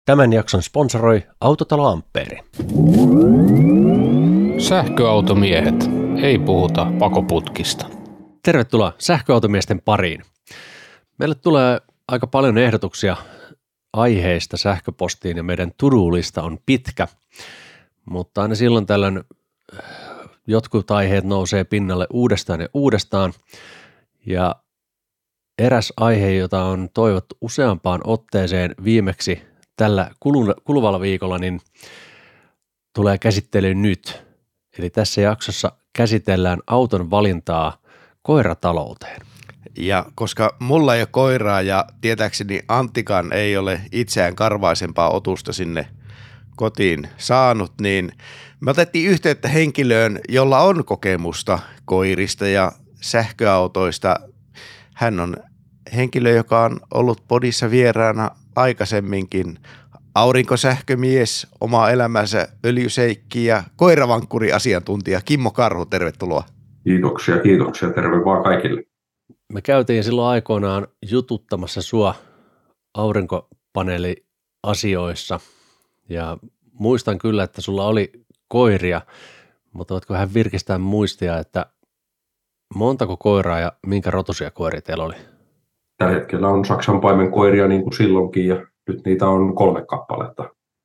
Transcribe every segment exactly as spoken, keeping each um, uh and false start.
Tämän jakson sponsoroi Autotalo Ampere. Sähköautomiehet, ei puhuta pakoputkista. Tervetuloa sähköautomiesten pariin. Meille tulee aika paljon ehdotuksia aiheista sähköpostiin ja meidän to-do-lista on pitkä, mutta aina silloin tällöin jotkut aiheet nousee pinnalle uudestaan ja uudestaan. Ja eräs aihe, jota on toivottu useampaan otteeseen viimeksi tällä kuluvalla viikolla, niin tulee käsittelyyn nyt. Eli tässä jaksossa käsitellään auton valintaa koiratalouteen. Ja koska mulla ei ole koiraa ja tietääkseni Anttikaan ei ole itseään karvaisempaa otusta sinne kotiin saanut, niin me otettiin yhteyttä henkilöön, jolla on kokemusta koirista ja sähköautoista. Hän on henkilö, joka on ollut podissa vieraana aikaisemminkin, aurinkosähkömies, oma elämänsä öljyseikki ja koiravankkuri-asiantuntija Kimmo Karhu, tervetuloa. Kiitoksia, kiitoksia. Terve vaan kaikille. Me käytiin silloin aikoinaan jututtamassa sua aurinkopaneeliasioissa ja muistan kyllä, että sulla oli koiria, mutta voitko vähän virkistää muistia, että montako koiraa ja minkä rotuisia koiria teillä oli? Tällä hetkellä on saksanpaimen koiria niin kuin silloinkin ja nyt niitä on kolme kappaletta.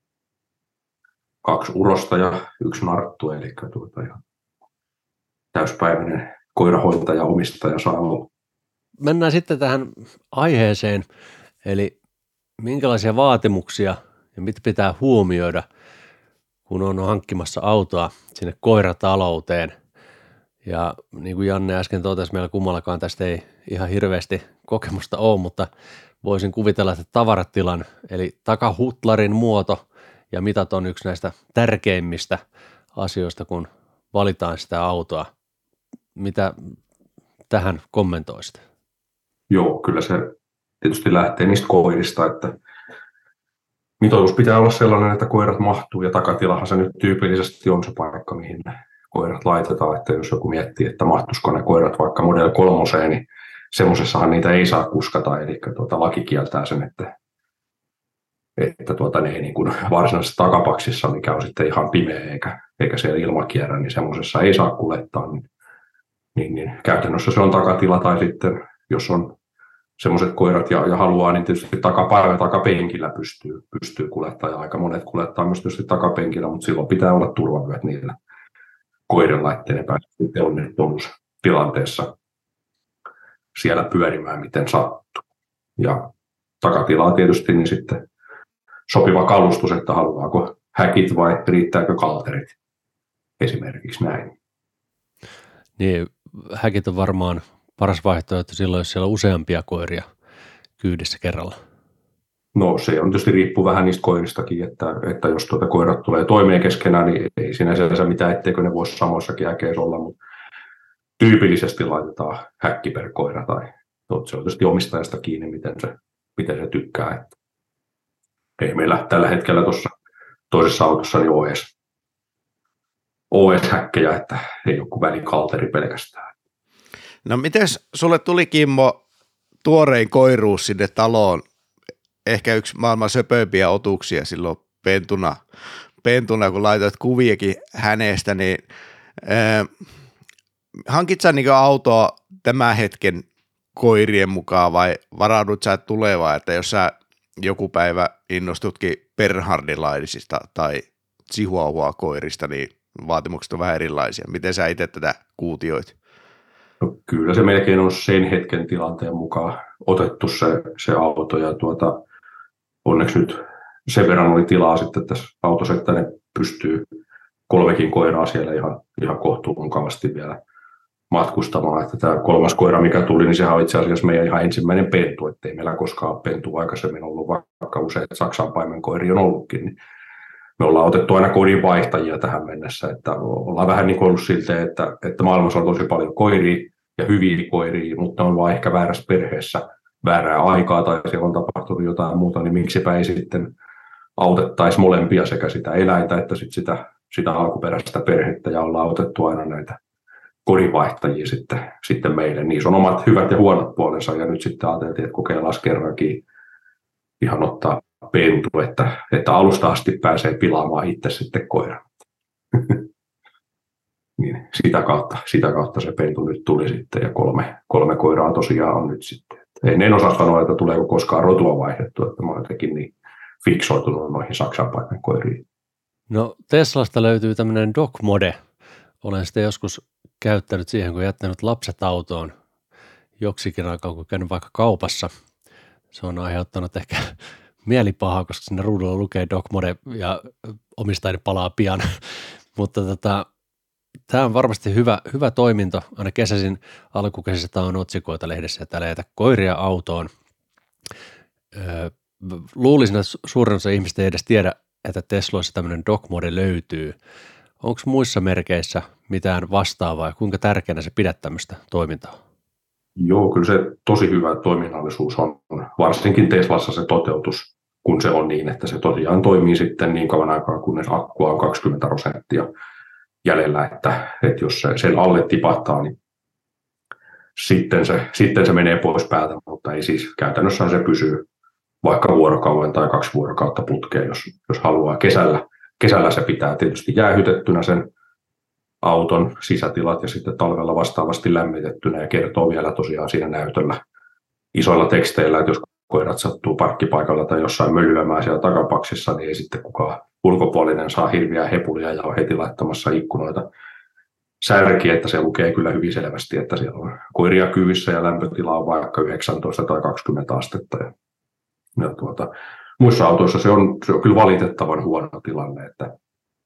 Kaksi urosta ja yksi narttu, eli tuota, ja täyspäiväinen koirahoitaja omistaja saa olla. Mennään sitten tähän aiheeseen, eli minkälaisia vaatimuksia ja mitä pitää huomioida, kun on hankkimassa autoa sinne koiratalouteen. Ja niin kuin Janne äsken totesi, meillä kummallakaan tästä ei ihan hirveästi kokemusta ole, mutta voisin kuvitella, että tavaratilan eli takahutlarin muoto ja mitat on yksi näistä tärkeimmistä asioista, kun valitaan sitä autoa. Mitä tähän kommentoisit? Joo, kyllä se tietysti lähtee niistä koirista, että mitoitus pitää olla sellainen, että koirat mahtuu ja takatilahan se nyt tyypillisesti on se paikka, mihin ne koirat laitetaan, että jos joku miettii, että mahtuisiko ne koirat vaikka Model kolmoseen, niin semmoisessahan niitä ei saa kuskata, eli tuota, laki kieltää sen, että, että tuota, ne ei niin kuin varsinaisessa takapaksissa, mikä on sitten ihan pimeä eikä, eikä siellä ilmakierrä, niin semmoisessa ei saa kuljettaa. Niin, niin, niin käytännössä se on takatila, tai sitten jos on semmoiset koirat ja, ja haluaa, niin tietysti takapäivä takapenkillä pystyy, pystyy kuljettaa, ja aika monet kuljettaa myös tietysti takapenkillä, mutta silloin pitää olla turvavyöt niillä koirilla, ettei ne pääse sitten onnettomuustilanteessa siellä pyörimään, miten sattuu. Ja takatilaa tietysti niin sitten sopiva kalustus, että haluaako häkit vai riittääkö kalterit, esimerkiksi näin. Niin, häkit on varmaan paras vaihtoehto silloin, jos siellä on useampia koiria kyydissä kerralla. No se on tietysti riippuu vähän niistä koiristakin, että, että jos tuota koirat tulee toimeen keskenään, niin ei sinänsä mitään, etteikö ne voisi samoissakin häkeissä olla, mutta tyypillisesti laitetaan häkki per koira, tai se on tietysti omistajasta kiinni, miten se, miten se tykkää. Että ei meillä tällä hetkellä tuossa toisessa autossa niin ole edes, ole edes häkkejä, että ei ole kuin välikalteri pelkästään. No mites sulle tuli, Kimmo, tuorein koiruus sinne taloon? Ehkä yksi maailman söpöimpiä otuksia silloin pentuna, pentuna kun laitoit kuviakin hänestä, niin äh, hankit sä niin autoa tämän hetken koirien mukaan vai varaudut sä tulevaa, että jos sä joku päivä innostutkin Bernhardilaisista tai Chihuahua koirista, niin vaatimukset on vähän erilaisia. Miten sä itse tätä kuutioit? No, kyllä se melkein on sen hetken tilanteen mukaan otettu se, se auto ja tuota, onneksi nyt sen verran oli tilaa sitten tässä autossa, että ne pystyy kolmekin koiraa siellä ihan, ihan kohtuumukavasti vielä matkustamaan. Että tämä kolmas koira, mikä tuli, niin sehän on itse asiassa meidän ihan ensimmäinen pentu, ettei meillä koskaan ole pentu aikaisemmin ollut, vaikka useat saksanpaimen koiria on ollutkin. Niin me ollaan otettu aina kodin vaihtajia tähän mennessä, että ollaan vähän niin kuin ollut siltä, että, että maailmassa on tosi paljon koiria ja hyviä koiria, mutta ne on vaan ehkä väärässä perheessä väärää aikaa tai siellä on tapahtunut jotain muuta, niin miksipä ei sitten autettaisi molempia sekä sitä eläintä että sit sitä, sitä alkuperäistä perhettä ja ollaan otettu aina näitä kodinvaihtajia sitten, sitten meille. Niissä on omat hyvät ja huonot puolensa ja nyt sitten ajateltiin, että kokeillaan kerrankin ihan ottaa pentu, että, että alusta asti pääsee pilaamaan itse sitten koira. Niin sitä, kautta, sitä kautta se pentu nyt tuli sitten ja kolme, kolme koiraa tosiaan on nyt sitten. En, en osaa sanoa, että tuleeko koskaan rotua vaihdettua, että mä oon jotenkin niin fiksoitunut noihin Saksan paikan koiriin. No Teslasta löytyy tämmöinen dog mode. Olen sitä joskus käyttänyt siihen, kun jättänyt lapset autoon joksikin aikaa, kun käynyt vaikka kaupassa. Se on aiheuttanut ehkä mielipahaa, koska sinne ruudulla lukee dog mode ja omistajani palaa pian. Mutta tota, tämä on varmasti hyvä, hyvä toiminto. Aina kesäisin alkukesästä on otsikoita lehdessä, että älä jätä koiria autoon. Öö, luulisin, että suurin osa ihmistä ei edes tiedä, että Tesloissa tämmöinen dog mode löytyy. Onko muissa merkeissä mitään vastaavaa ja kuinka tärkeänä se pidät tämmöistä toimintaa? Joo, kyllä se tosi hyvä toiminnallisuus on, varsinkin Teslassa se toteutus, kun se on niin, että se tosiaan toimii sitten niin kauan aikaa, kunnes akkua on kaksikymmentä prosenttia jäljellä, että, että jos se sen alle tipahtaa, niin sitten se, sitten se menee pois päältä, mutta ei siis käytännössä se pysyy vaikka vuorokauden tai kaksi vuorokautta putkeen, jos, jos haluaa. Kesällä, kesällä se pitää tietysti jäähytettynä sen auton sisätilat ja sitten talvella vastaavasti lämmitettynä ja kertoo vielä tosiaan siinä näytöllä isoilla teksteillä, että jos koirat sattuu parkkipaikalla tai jossain mölyämään siellä takapaksissa, niin ei sitten kukaan ulkopuolinen saa hirviä hepulia ja on heti laittamassa ikkunoita särki, että se lukee kyllä hyvin selvästi, että siellä on koiria kyvissä ja lämpötila on vaikka yhdeksäntoista tai kaksikymmentä astetta. Ja, ja tuota, muissa autoissa se on, se on kyllä valitettavan huono tilanne, että,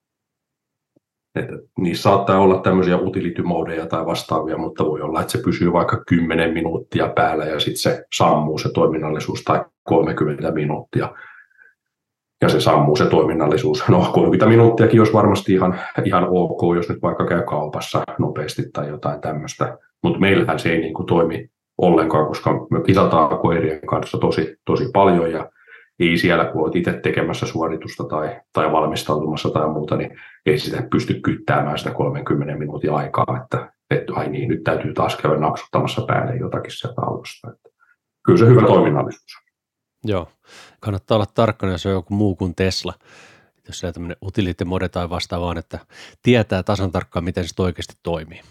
että niissä saattaa olla tämmöisiä utility-modeja tai vastaavia, mutta voi olla, että se pysyy vaikka kymmenen minuuttia päällä ja sitten se sammuu se toiminnallisuus tai kolmekymmentä minuuttia. Ja se sammuu se toiminnallisuus. No kolmekymmentä minuuttiakin olisi varmasti ihan, ihan ok, jos nyt vaikka käy kaupassa nopeasti tai jotain tämmöistä. Mutta meillähän se ei niin kuin toimi ollenkaan, koska me kisataan koirien kanssa tosi, tosi paljon ja ei siellä, kun olet itse tekemässä suoritusta tai, tai valmistautumassa tai muuta, niin ei sitä pysty kyttäämään sitä kolmenkymmenen minuutin aikaa, että, että ai niin, nyt täytyy taas käydä napsuttamassa päälle jotakin sieltä autosta. Että kyllä se hyvä toiminnallisuus. Joo, kannattaa olla tarkkana, jos on joku muu kuin Tesla. Jos se on tämmöinen utility mode tai vastaavaan, että tietää tasan tarkkaan, miten se oikeasti toimii.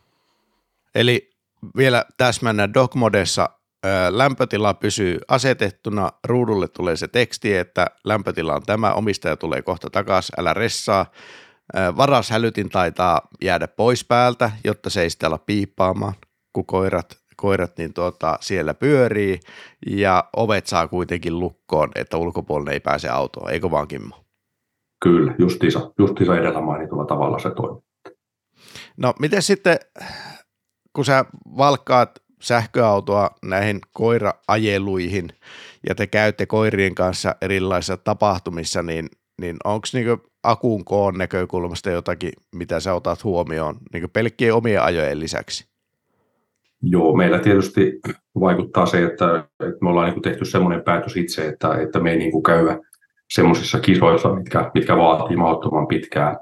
Eli vielä täsmännä dog modessa lämpötila pysyy asetettuna, ruudulle tulee se teksti, että lämpötila on tämä, omistaja tulee kohta takaisin, älä ressaa. Varashälytin taitaa jäädä pois päältä, jotta se ei sitä ala piippaamaan, kun koirat, koirat niin tuota, siellä pyörii, ja ovet saa kuitenkin lukkoon, että ulkopuolelle ei pääse autoon, eikö vaan Kimmo? Kyllä, justiinsa, justiinsa edellä mainitulla tavalla se toimii. No miten sitten, kun sä valkkaat sähköautoa näihin koira-ajeluihin ja te käytte koirien kanssa erilaisissa tapahtumissa, niin, niin onko niinku akun koon näkökulmasta jotakin, mitä sä otat huomioon niinku pelkkien omien ajojen lisäksi? Joo, meillä tietysti vaikuttaa se, että, että me ollaan niinku tehty semmoinen päätös itse, että, että me ei niinku käydä semmoisissa kisoissa, mitkä, mitkä vaatii mahdottoman pitkää,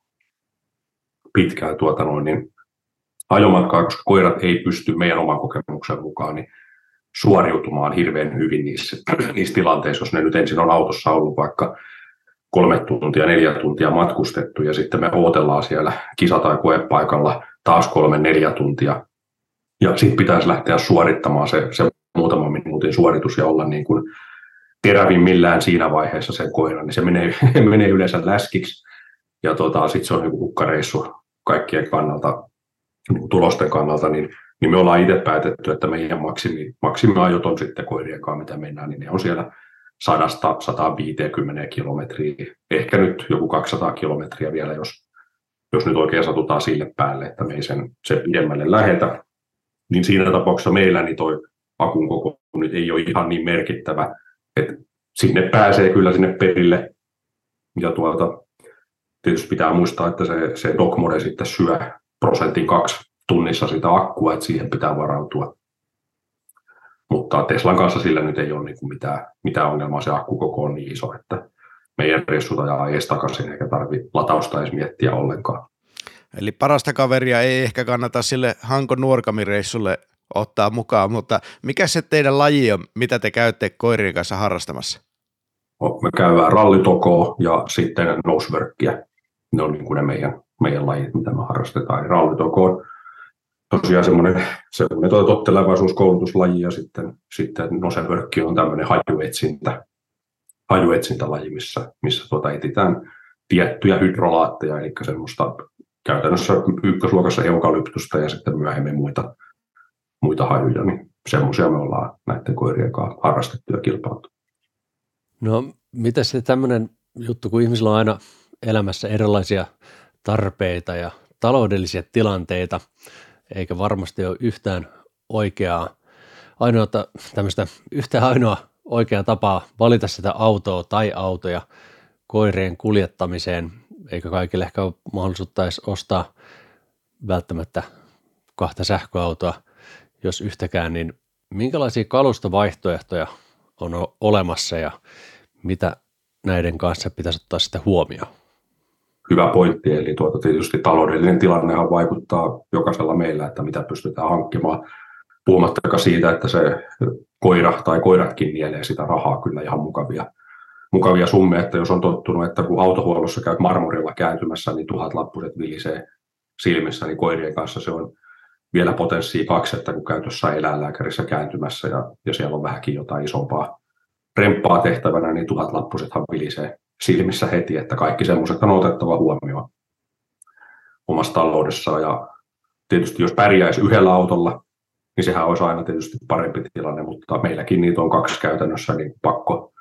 pitkää tuota noin, niin ajomatkaa, koska koirat ei pysty meidän oman kokemuksen mukaan niin suoriutumaan hirveän hyvin niissä, niissä tilanteissa, jos ne nyt ensin on autossa ollut vaikka kolme tuntia, neljä tuntia matkustettu ja sitten me odotellaan siellä kisa- tai koepaikalla taas kolme, neljä tuntia ja sitten pitäisi lähteä suorittamaan se, se muutaman minuutin suoritus ja olla niin kuin terävimmillään siinä vaiheessa sen koiran, niin se menee, menee yleensä läskiksi ja tota, sitten se on niin kuin hukkareissu kaikkien kannalta, tulosten kannalta, niin, niin me ollaan itse päätetty, että meidän maksimi, maksimiajot on sitten koirien kanssa, mitä mennään, niin ne on siellä sadasta sataan viiteenkymmeneen kilometriä, ehkä nyt joku kaksisataa kilometriä vielä, jos, jos nyt oikein satutaan sille päälle, että me ei sen, sen pidemmälle lähetä, niin siinä tapauksessa meillä niin toi akun koko nyt ei ole ihan niin merkittävä, että sinne pääsee kyllä sinne perille, ja tuota, tietysti pitää muistaa, että se, se dog mode sitten syö prosentin kaksi tunnissa sitä akkua, että siihen pitää varautua. Mutta Teslan kanssa sillä nyt ei ole niin kuin mitään, mitään ongelmaa, se akkukoko on niin iso, että meidän reissut ajaa ees takaisin, eikä tarvitse latausta edes miettiä ollenkaan. Eli parasta kaveria ei ehkä kannata sille Hankon Nuorgami-reissulle ottaa mukaan, mutta mikä se teidän laji on, mitä te käytte koirien kanssa harrastamassa? me käydään rallitokoa ja sitten noseworkia. Ne on niin kuin ne meidän, meidän lajit, mitä me harrastetaan. Rallitoko on tosiaan semmoinen, semmoinen tuota tottelevaisuuskoulutuslaji ja sitten, sitten nosework on tämmöinen hajuetsintä, hajuetsintälaji, missä, missä tuota etsitään tiettyjä hydrolaatteja, eli semmoista käytännössä ykkösluokassa eukalyptusta ja sitten myöhemmin muita, muita hajuja, niin semmoisia me ollaan näiden koirien kanssa harrastettu ja kilpailtu. No, mitä sitten tämmöinen juttu, kun ihmisillä on aina elämässä erilaisia tarpeita ja taloudellisia tilanteita, eikä varmasti ole yhtään oikeaa, ainoa tämmöistä yhtään ainoa oikeaa tapaa valita sitä autoa tai autoja koirien kuljettamiseen, eikä kaikille ehkä ole mahdollisuutta edes ostaa välttämättä kahta sähköautoa, jos yhtäkään, niin minkälaisia kalustovaihtoehtoja on olemassa ja mitä näiden kanssa pitäisi ottaa sitten huomioon? Hyvä pointti, eli tuota, tietysti taloudellinen tilannehan vaikuttaa jokaisella meillä, että mitä pystytään hankkimaan, puhumattakaan siitä, että se koira tai koiratkin nielee sitä rahaa kyllä ihan mukavia, mukavia summia, että jos on tottunut, että kun autohuollossa käyt marmorilla kääntymässä, niin tuhat lappuset vilisee silmissä, niin koirien kanssa se on vielä potenssia kaksi, että kun käyt jossain eläinlääkärissä kääntymässä ja, ja siellä on vähänkin jotain isompaa remppaa tehtävänä, niin tuhat lappusethan vilisee silmissä heti, että kaikki semmoiset on otettava huomioon omassa taloudessaan. Ja tietysti jos pärjäisi yhdellä autolla, niin sehän olisi aina tietysti parempi tilanne, mutta meilläkin niitä on kaksi käytännössä, niin pakko,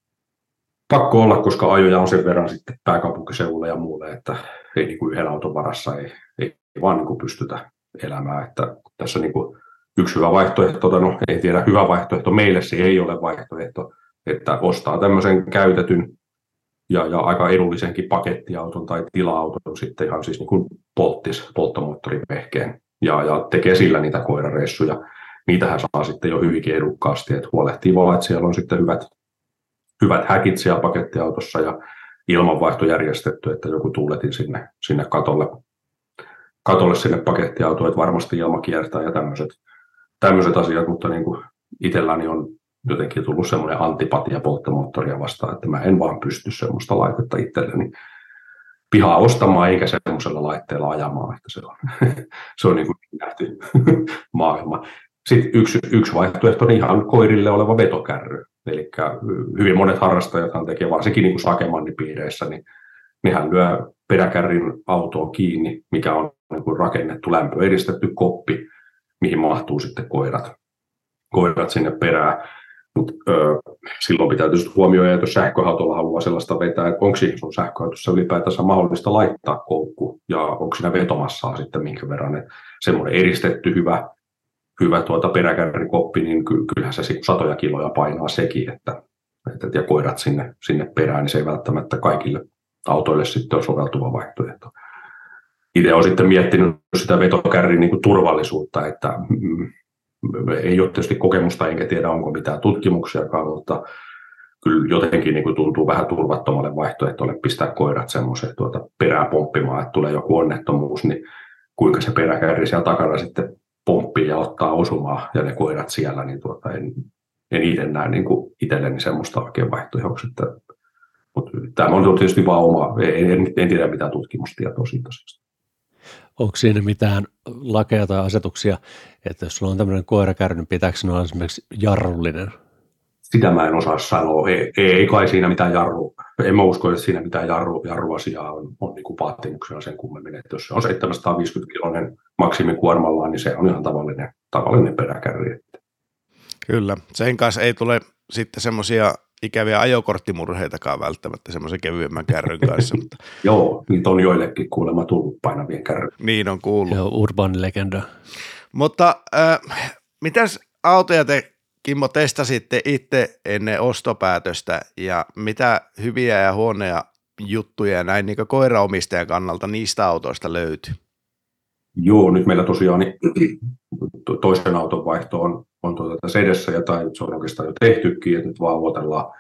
pakko olla, koska ajoja on sen verran sitten pääkaupunkiseudulla ja muulle, että ei niin kuin yhden auton varassa ei, ei vaan niin kuin pystytä elämään. Että tässä niin kuin yksi hyvä vaihtoehto, no ei tiedä hyvä vaihtoehto, meille se ei ole vaihtoehto, että ostaa tämmöisen käytetyn ja, ja aika edullisenkin pakettiauton tai tila-auton sitten ihan siis niin kuin polttis, polttomoottorivehkeen ja, ja tekee sillä niitä koirareissuja. Niitähän saa sitten jo hyvinkin edukkaasti, että huolehtii vaan, että siellä on sitten hyvät, hyvät häkit siellä pakettiautossa ja ilmanvaihto järjestetty, että joku tuuletin sinne, sinne katolle, katolle sinne pakettiautoon, että varmasti ilma kiertää ja tämmöiset, tämmöiset asiat, mutta niin kuin itselläni on jotenkin tullut semmoinen antipatia polttomoottoria vastaan, että mä en vaan pysty semmoista laitetta itselleni pihaa ostamaan eikä semmoisella laitteella ajamaan, että se on, se on niin kuin nähty maailma. Sitten yksi, yksi vaihtoehto on ihan koirille oleva vetokärry, eli hyvin monet harrastajathan tekee varsinkin niin kuin sakemannipiireissä, niin nehän lyö peräkärrin autoon kiinni, mikä on niin kuin rakennettu lämpöeristetty koppi, mihin mahtuu sitten koirat, koirat sinne perään. Mut, ö, silloin pitää tietysti huomioida, että jos sähköautolla haluaa sellaista vetää, että onko sun sähköautossa ylipäätänsä mahdollista laittaa koukku ja onko siinä vetomassaa sitten minkä verran. Et semmoinen eristetty hyvä, hyvä tuota peräkärrikoppi, niin ky- kyllähän se satoja kiloja painaa sekin, että, että, ja koirat sinne, sinne perään, niin se ei välttämättä kaikille autoille sitten ole soveltuva vaihtoehto. Itse olen sitten miettinyt sitä vetokärrin niin kuin turvallisuutta, että mm, ei ole tietysti kokemusta, enkä tiedä onko mitään tutkimuksiakaan, mutta kyllä jotenkin niin kuin tuntuu vähän turvattomalle vaihtoehtoille pistää koirat semmoiseen tuota perään pomppimaan, että tulee joku onnettomuus, niin kuinka se peräkärri siellä takana sitten pomppii ja ottaa osumaa ja ne koirat siellä, niin tuota en, en itse näe niin kuin itselleni semmoista oikein vaihtoehdoksi. Mutta tämä on tietysti vaan oma, en, en, en tiedä mitään tutkimustietoa siitä asiasta. Onko siinä mitään lakeja tai asetuksia, että jos sulla on tämmöinen koirakärry, niin pitääkö se olla esimerkiksi jarrullinen? Sitä mä en osaa sanoa. Ei, ei kai siinä mitään jarru. En mä usko, että siinä mitään jarru, jarruasiaa on, on niin kuin vaatimuksena sen kummemmin. Että jos se on seitsemänsataaviisikymmentä kiloinen maksimikuormallaan, niin se on ihan tavallinen, tavallinen peräkärri. Kyllä. Sen kanssa ei tule sitten semmoisia ikäviä ajokorttimurheitakaan välttämättä semmoisen kevyemmän kärryn kanssa. Mutta Joo, niitä on joillekin kuulemma tullut painavien kärryjä. Niin on kuullut. Joo, urbaani legenda. Mutta äh, mitäs autoja te, Kimmo, testasitte itse ennen ostopäätöstä ja mitä hyviä ja huonoja juttuja näin niin kuin koiraomistajan kannalta niistä autoista löytyy? Joo, nyt meillä tosiaan niin, toisen auton vaihto on, on tuota sedessä ja tai se on oikeastaan jo tehtykin, että nyt vaan odotellaan.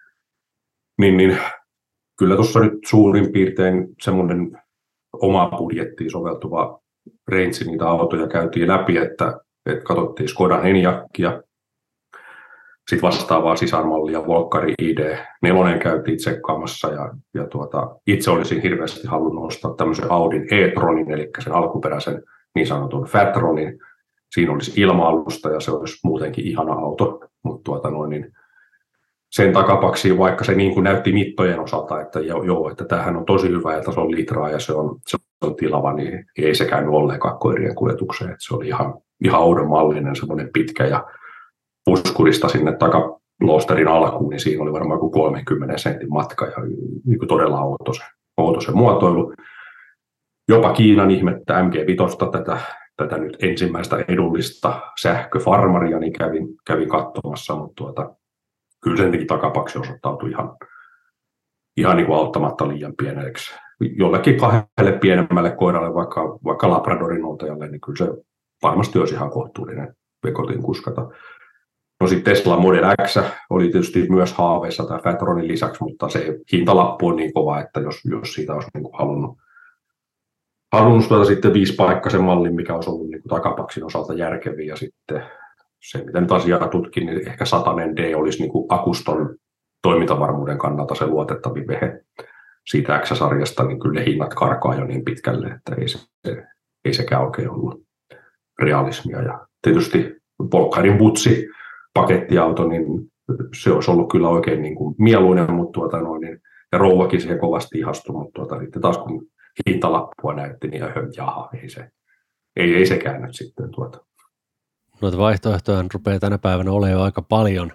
Niin, niin, kyllä tuossa nyt suurin piirtein semmoinen oma budjettiin soveltuva range niitä autoja käytiin läpi, että, että katsottiin Skodan Enyaqia, sitten vastaavaa sisarmallia, Volkkari I D neljä käytiin tsekkaamassa ja, ja tuota, itse olisin hirveästi halunnut ostaa tämmöisen Audin e-tronin, eli sen alkuperäisen niin sanotun Fatronin. Siinä olisi ilma-alusta ja se olisi muutenkin ihana auto, mutta tuota noin, niin sen takapaksiin, vaikka se niin kuin näytti mittojen osalta, että joo, joo, että tämähän on tosi hyvä ja tässä on litraa ja se on, se on tilava, niin ei se käynyt ollenkaan koirien kuljetukseen. Että se oli ihan, ihan oudon mallinen, semmoinen pitkä ja puskurista sinne takaloosterin alkuun, niin siinä oli varmaan kuin kolmenkymmenen sentin matka ja niin kuin todella outo se, outo se muotoilu. Jopa Kiinan ihmettä M G viisi, tätä, tätä nyt ensimmäistä edullista sähköfarmaria, niin kävin, kävin katsomassa, mutta tuota, kyllä sen takapaksi osoittautui ihan, ihan niin kuin auttamatta liian pieneksi. Jollekin kahdelle pienemmälle koiralle, vaikka, vaikka Labradorin noutajalle, niin kyllä se varmasti olisi ihan kohtuullinen vekotin kuskata. No sitten Tesla Model X oli tietysti myös haaveissa tämä Fatronin lisäksi, mutta se hintalappu on niin kova, että jos, jos siitä olisi niin kuin halunnut, halunnut tuota sitten viisipaikkaisen mallin, mikä olisi ollut niin kuin takapaksin osalta järkeviä ja sitten se, mitä nyt asiaa tutkin, niin ehkä satanen D olisi niin kuin akuston toimintavarmuuden kannalta se luotettavin vehe siitä X-sarjasta, niin kyllä ne hinnat karkaa jo niin pitkälle, että ei, se, ei sekään oikein ollut realismia. Ja tietysti Volkkarin Butsi pakettiauto, niin se olisi ollut kyllä oikein niin kuin mieluinen, mutta tuota noin, niin, ja rouvakin siihen kovasti ihastui, mutta tuota, sitten taas kun hintalappua näytti, niin jaha, ei, se, ei, ei sekään nyt sitten tuota. Noita vaihtoehtoja rupeaa tänä päivänä olemaan aika paljon,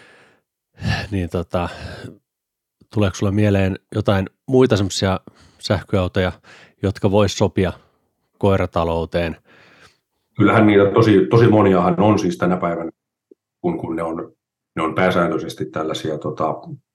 niin tota, tuleeko sulla mieleen jotain muita semmoisia sähköautoja, jotka vois sopia koiratalouteen? Kyllähän niitä tosi, tosi moniahan on siis tänä päivänä, kun, kun ne, on, ne on pääsääntöisesti tällaisia tota,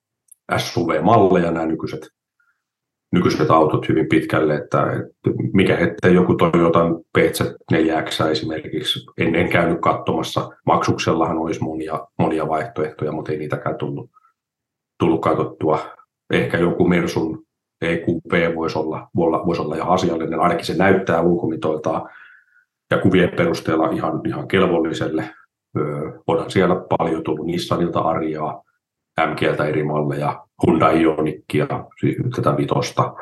S U V-malleja, nämä nykyiset, nykyiset autot hyvin pitkälle, että, että mikä ettei joku Toyotan P Z neljä X esimerkiksi, en, en käynyt katsomassa, maksuksellahan olisi monia, monia vaihtoehtoja, mutta ei niitäkään tullut, tullut katsottua. Ehkä joku Mersun E Q P voisi olla, voisi olla ihan asiallinen, ainakin se näyttää ulkomitoiltaan ja kuvien perusteella ihan, ihan kelvolliselle. Öö, onhan siellä paljon tullut Nissanilta Ariaa, M G:ltä eri malleja, Hyundai Ioniqia, tätä vitosta.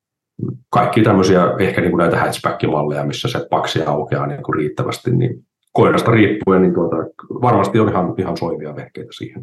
Kaikki tämmöisiä ehkä niin kuin näitä hatchback-malleja, missä se paksi aukeaa niin kuin riittävästi, niin koirasta riippuen niin tuota, varmasti on ihan, ihan soivia vehkeitä siihen.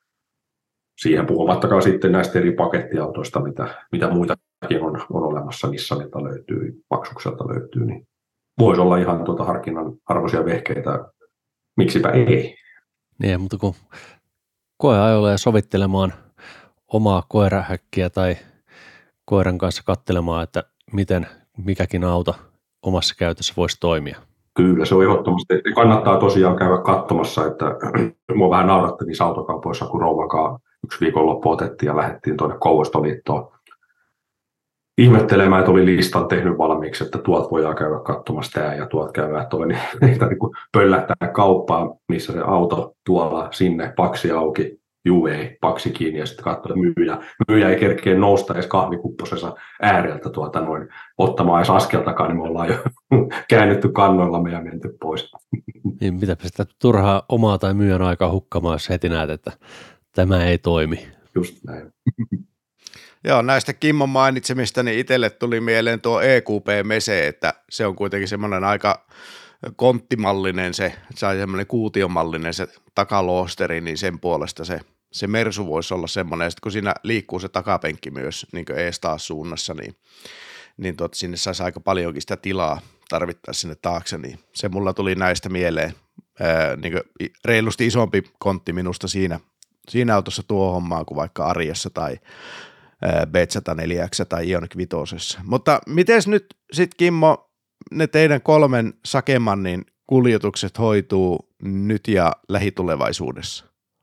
Siihen puhumattakaan sitten näistä eri pakettiautoista, mitä, mitä muitakin on, on olemassa, Nissanilta löytyy, Paksukselta löytyy, niin voisi olla ihan tuota harkinnan arvoisia vehkeitä, miksipä ei. Niin, mutta kun koeajolla ja sovittelemaan omaa koirahäkkiä tai koiran kanssa katselemaan, että miten mikäkin auto omassa käytössä voisi toimia. Kyllä, se on ehdottomasti. Kannattaa tosiaan käydä katsomassa, että minua vähän nauratti niissä autokaupoissa, kun rouvakaan yksi viikonloppu otettiin ja lähdettiin tuonne Kouvostoliittoon ihmettelemään, että oli listan tehnyt valmiiksi, että tuolta voidaan käydä katsomassa tämä ja tuolta käydään toi, niin niitä niin pöllähtää kauppaan, missä se auto tuolla sinne, paksi auki, juu ei, paksi kiinni ja sitten katsoo myyjä. Myyjä ei kerkeä nousta edes kahvikupposensa ääreltä tuota noin ottamaan edes askeltakaan, niin me ollaan jo käännytty kannoillamme ja menty pois. Niin mitäpä sitä turhaa omaa tai myyjän aikaa hukkamaan, jos heti näet, että tämä ei toimi. Just näin. Joo, näistä Kimmon mainitsemista, niin itselle tuli mieleen tuo E Q P-mese, että se on kuitenkin semmoinen aika konttimallinen se, se on semmoinen kuutiomallinen se takaloosteri, niin sen puolesta se, se Mersu voisi olla semmoinen, ja sitten kun siinä liikkuu se takapenkki myös niin kuin ees taas suunnassa, niin, niin tuot, sinne saisi aika paljonkin sitä tilaa tarvittaessa sinne taakse, niin se mulla tuli näistä mieleen, ää, niin kuin reilusti isompi kontti minusta siinä, siinä autossa tuo hommaa kuin vaikka Ariassa tai B Z neljä X tai Ioniq viisi. Mutta miten nyt sitten Kimmo, ne teidän kolmen Sakemannin kuljetukset hoituu nyt ja lähitulevaisuudessa?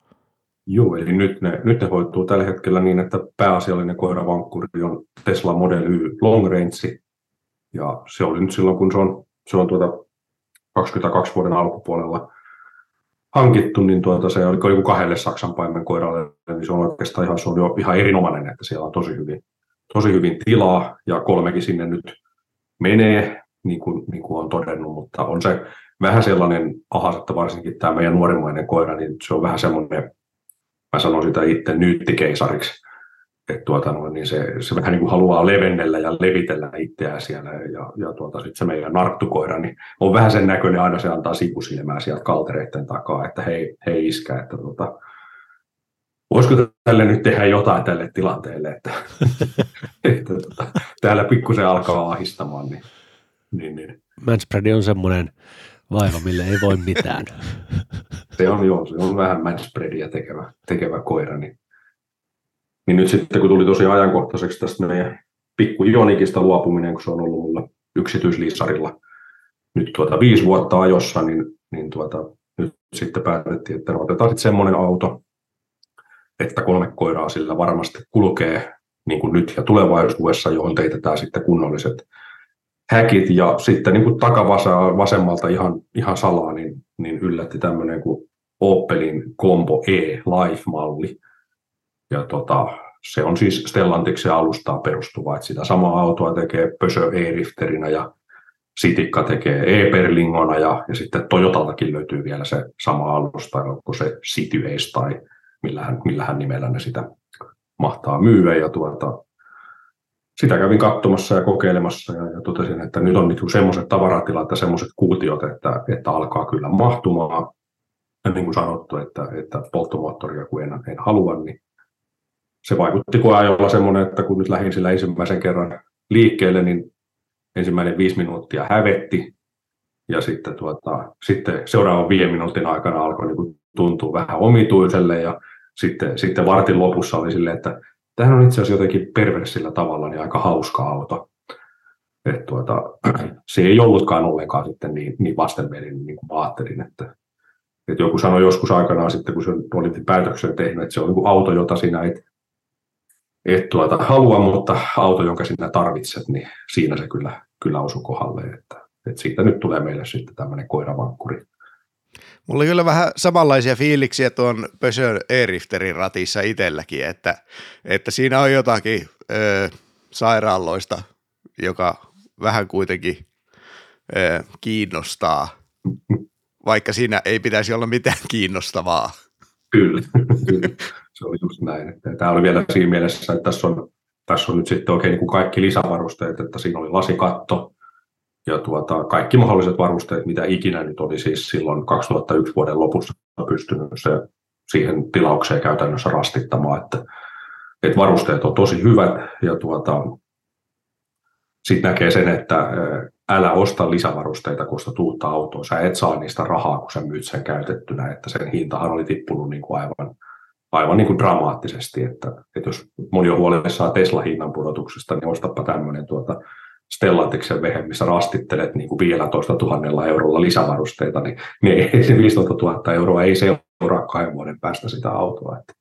Joo, eli nyt ne, nyt ne hoituu tällä hetkellä niin, että pääasiallinen koiravankkuri on Tesla Model Y Long Range, ja se oli nyt silloin, kun se on, se on tuota kaksikymmentäkaksi vuoden alkupuolella hankittu, niin tuota, se oli joku kahdelle saksanpaimen koiralle, niin se on oikeastaan ihan, se on jo ihan erinomainen, että siellä on tosi hyvin, tosi hyvin tilaa, ja kolmekin sinne nyt menee, niin kuin, niin kuin on todennut, mutta on se vähän sellainen ahas, että varsinkin tämä meidän nuorimmainen koira, niin se on vähän semmoinen, mä sanon sitä itse nyyttikeisariksi, että tuota, no, niin se, se vähän niin kuin haluaa levennellä ja levitellä itseään siellä, ja, ja tuota, sitten se meidän narttukoira, niin on vähän sen näköinen, aina se antaa sivusilmää sieltä kaltereiden takaa, että hei, hei iskä, että tuota, voisiko tälle nyt tehdä jotain tälle tilanteelle, että, että tuota, täällä pikkusen alkaa ahistamaan, niin, niin, niin. Manspread on semmoinen vaiva, mille ei voi mitään. Se on joo, se on vähän manspreadia tekevä, tekevä koira, niin Niin nyt sitten, kun tuli tosi ajankohtaiseksi tästä meidän pikku Ionikista luopuminen, kun se on ollut mulla yksityisliisarilla nyt tuota viisi vuotta ajossa, niin, niin tuota, nyt sitten päätettiin, että otetaan sitten semmoinen auto, että kolme koiraa sillä varmasti kulkee niin kuin nyt ja tulevaisuudessa, johon teetetään sitten kunnolliset häkit. Ja sitten niin kuin takavasemmalta ihan, ihan salaa, niin, niin yllätti tämmöinen kuin Opelin Combo E Life-malli. Ja tota, se on siis Stellantiksen alustaan perustuva, että sitä samaa autoa tekee Peugeot E-Rifterinä ja Sitikka tekee E-Berlingona ja, ja sitten Toyotaltakin löytyy vielä se sama alusta, onko se City Ace tai millähän, millähän nimellä ne sitä mahtaa myyä. Ja tuota, sitä kävin katsomassa ja kokeilemassa ja, ja totesin, että nyt on niinku semmoiset tavaratilat ja semmoiset kuutiot, että, että alkaa kyllä mahtumaan. Ja niin kuin sanottu, että, että polttomoottoria kun en, en halua, niin se vaikutti koeajolla semmoinen, että kun nyt lähdin sillä ensimmäisen kerran liikkeelle, niin ensimmäinen viisi minuuttia hävetti. Ja sitten, tuota, sitten seuraavan viiden minuutin aikana alkoi niin kuin tuntua vähän omituiselle. Ja sitten, sitten vartin lopussa oli silleen, että tämähän on itse asiassa jotenkin perversillä tavalla niin aika hauska auto. Et tuota, se ei ollutkaan ollenkaan sitten niin, niin vastenmielinen niin kuin ajattelin, että että joku sanoi joskus aikanaan sitten, kun se oli päätöksen tehnyt, että se on niin kuin auto, jota sinä et et tuota, halua, mutta auto, jonka sinä tarvitset, niin siinä se kyllä, kyllä osui kohdalle. Että, että siitä nyt tulee meille sitten tämmöinen koiravankkuri. Mulla oli kyllä vähän samanlaisia fiiliksiä tuon Peugeot E-Rifterin ratissa itselläkin, että, että siinä on jotakin ö, sairaaloista, joka vähän kuitenkin ö, kiinnostaa, vaikka siinä ei pitäisi olla mitään kiinnostavaa. Kyllä, kyllä. Se oli just näin. Tämä oli vielä siinä mielessä, että tässä on, tässä on nyt sitten oikein niin kuin kaikki lisävarusteet, että siinä oli lasikatto ja tuota, kaikki mahdolliset varusteet, mitä ikinä nyt oli siis silloin kaksituhattayksi vuoden lopussa pystynyt se siihen tilaukseen käytännössä rastittamaan, että, että varusteet on tosi hyvät ja tuota, sitten näkee sen, että älä osta lisävarusteita, kun ostat uutta autoa. Sä et saa niistä rahaa, kun sä myyt sen käytettynä, että sen hintahan oli tippunut niin kuin aivan, aivan niin kuin dramaattisesti. Että, että jos moni on huolissaan Tesla-hinnan pudotuksesta, niin ostapa tämmöinen tuota Stellantiksen vehe, missä rastittelet niin kuin viisitoista tuhatta eurolla lisävarusteita, niin, niin se viisitoista tuhatta euroa ei seuraa kahden vuoden päästä sitä autoa. Että.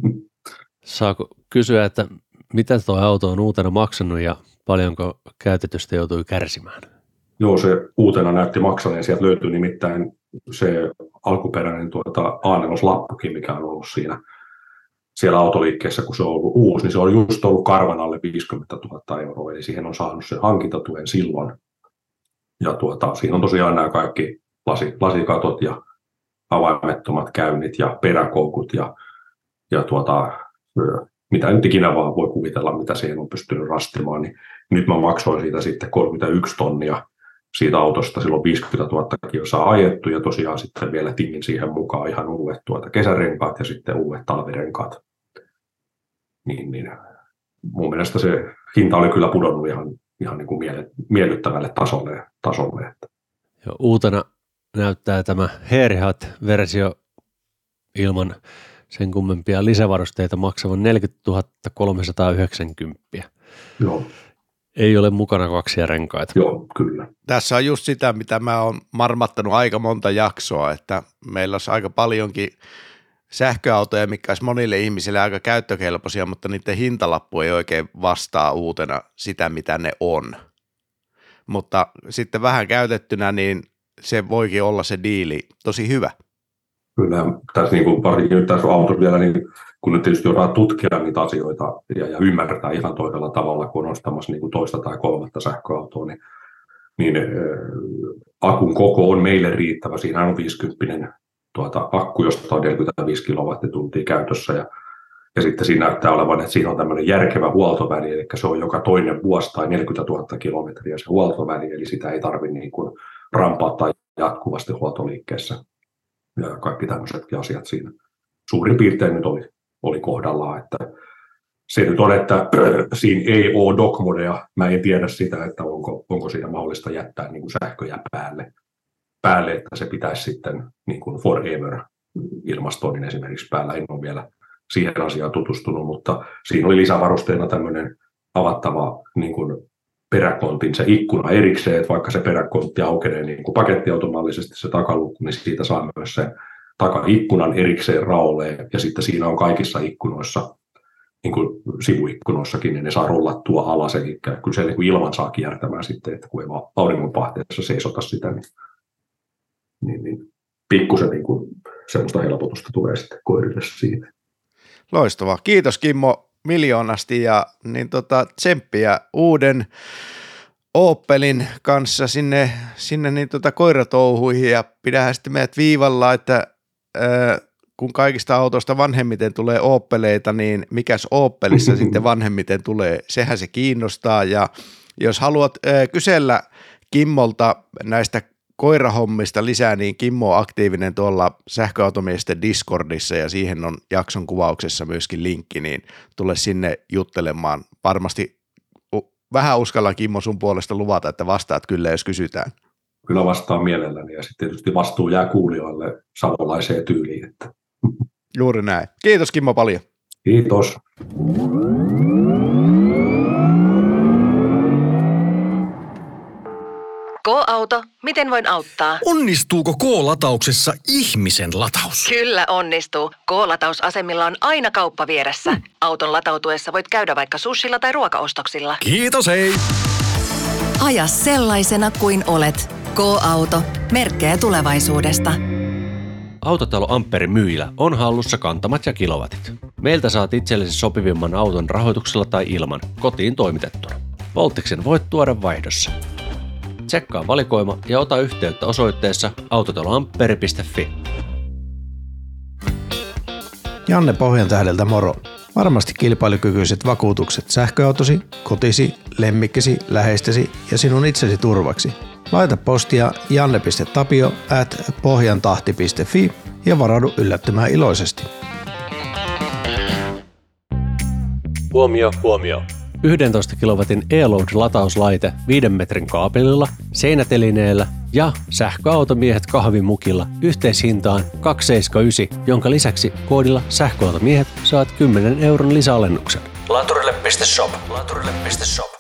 Saako kysyä, että mitä tuo auto on uutena maksanut ja paljonko käytetystä joutui kärsimään? Joo, se uutena näytti maksaneen. Sieltä löytyy nimittäin se alkuperäinen tuota A neljä-lappukin, mikä on ollut siinä siellä autoliikkeessä, kun se on ollut uusi, niin se on just ollut karvan alle viisikymmentätuhatta euroa, eli siihen on saanut sen hankintatuen silloin. Ja tuota, siinä on tosiaan nämä kaikki lasi, lasikatot ja avaimettomat käynnit ja peräkoukut ja, ja tuota, mitä nyt ikinä vaan voi kuvitella, mitä siihen on pystynyt rastimaan, niin nyt mä maksoin siitä sitten kolmekymmentäyksi tonnia siitä autosta, silloin viisikymmentätuhatta kilsaa ajettu ja tosiaan sitten vielä tingin siihen mukaan ihan uudet tuota kesärenkaat ja sitten uudet talvirenkaat. Niin, niin. Mun mielestä se hinta oli kyllä pudonnut ihan, ihan niin kuin miellyttävälle tasolle. tasolle että. Jo, uutena näyttää tämä Hairhat-versio ilman sen kummempia lisävarusteita maksavan neljäkymmentätuhatta kolmesataayhdeksänkymmentä. Joo. Ei ole mukana kaksia renkaita. Joo, kyllä. Tässä on just sitä, mitä mä oon marmattanut aika monta jaksoa, että meillä olisi aika paljonkin sähköautoja, mitkä olisi monille ihmisille aika käyttökelpoisia, mutta niiden hintalappu ei oikein vastaa uutena sitä, mitä ne on. Mutta sitten vähän käytettynä, niin se voikin olla se diili tosi hyvä. Kyllä, tässä niin kuin varsinkin nyt tässä autossa vielä, niin kun nyt tietysti joudutaan tutkia niitä asioita ja, ja ymmärtää ihan toisella tavalla, kun on ostamassa niin kuin toista tai kolmatta sähköautoa, niin niin äh, akun koko on meille riittävä. Siinä on viisikymmentä tuota, akku, josta on neljäkymmentäviisi kilowattituntia käytössä ja Ja sitten siinä näyttää olevan, että siinä on tämmöinen järkevä huoltoväli, eli se on joka toinen vuosi tai neljäkymmentätuhatta kilometriä se huoltoväli, eli sitä ei tarvitse niin kuin rampaattaa jatkuvasti huoltoliikkeessä. Ja kaikki tämmöisetkin asiat siinä suurin piirtein nyt oli, oli kohdallaan. Että se nyt on, että siinä ei ole dogmodea. Mä en tiedä sitä, että onko, onko siinä mahdollista jättää niin kuin sähköjä päälle, päälle, että se pitäisi sitten niin kuin forever ilmastoinnin esimerkiksi päällä. En ole vielä siihen asiaan tutustunut, mutta siinä oli lisävarusteena tämmöinen avattava niin kuin peräkontin se ikkuna erikseen, että vaikka se peräkontti aukenee niin kuin pakettiautomallisesti se takalukku, niin siitä saa myös sen takaikkunan erikseen raolleen, ja sitten siinä on kaikissa ikkunoissa, niin kuin sivuikkunoissakin, niin ne saa rollattua alas, eli kyllä se niin kuin ilman saa kiertämään sitten, että kun ei vaan auringonpahteessa seisota sitä, niin, niin, niin pikkusen niin kuin semmoista helpotusta tulee sitten koirille siitä. Loistavaa. Kiitos Kimmo miljoonasti ja niin tota, tsemppiä uuden Opelin kanssa sinne, sinne niin tota koiratouhuihin ja pidähän sitten meidät viivalla, että ää, kun kaikista autoista vanhemmiten tulee Opeleita, niin mikäs Opelissa sitten vanhemmiten tulee, sehän se kiinnostaa ja jos haluat ää, kysellä Kimmolta näistä koirahommista lisää, niin Kimmo on aktiivinen tuolla sähköautomiesten Discordissa ja siihen on jakson kuvauksessa myöskin linkki, niin tule sinne juttelemaan. Varmasti vähän uskallan Kimmo sun puolesta luvata, että vastaat kyllä, jos kysytään. Kyllä vastaan mielelläni ja sitten tietysti vastuu jää kuulijoille samanlaiseen tyyliin. Että. Juuri näin. Kiitos Kimmo paljon. Kiitos. K-auto, miten voin auttaa? Onnistuuko K-latauksessa ihmisen lataus? Kyllä onnistuu. K-latausasemilla on aina kauppa vieressä. Auton latautuessa voit käydä vaikka sushilla tai ruokaostoksilla. Kiitos, hei! Aja sellaisena kuin olet. K-auto. Merkkejä tulevaisuudesta. Autotalo Amperin myyjillä on hallussa kantamat ja kilowatit. Meiltä saat itsellesi sopivimman auton rahoituksella tai ilman, kotiin toimitettuna. Voltiksen voit tuoda vaihdossa. Tsekkaa valikoima ja ota yhteyttä osoitteessa autotaloampere piste fi. Janne Pohjantähdeltä moro. Varmasti kilpailukykyiset vakuutukset sähköautosi, kotisi, lemmikkisi, läheistesi ja sinun itsesi turvaksi. Laita postia janne piste tapio at pohjantahti piste fi ja varaudu yllättymään iloisesti. Huomio, huomio. yksitoista kilowatin e-load-latauslaite viiden metrin kaapelilla, seinätelineellä ja sähköautomiehet kahvimukilla yhteishintaan kaksisataaseitsemänkymmentäyhdeksän, jonka lisäksi koodilla sähköautomiehet saat kymmenen euron lisäalennuksen. Laturille piste shop. Laturille piste shop.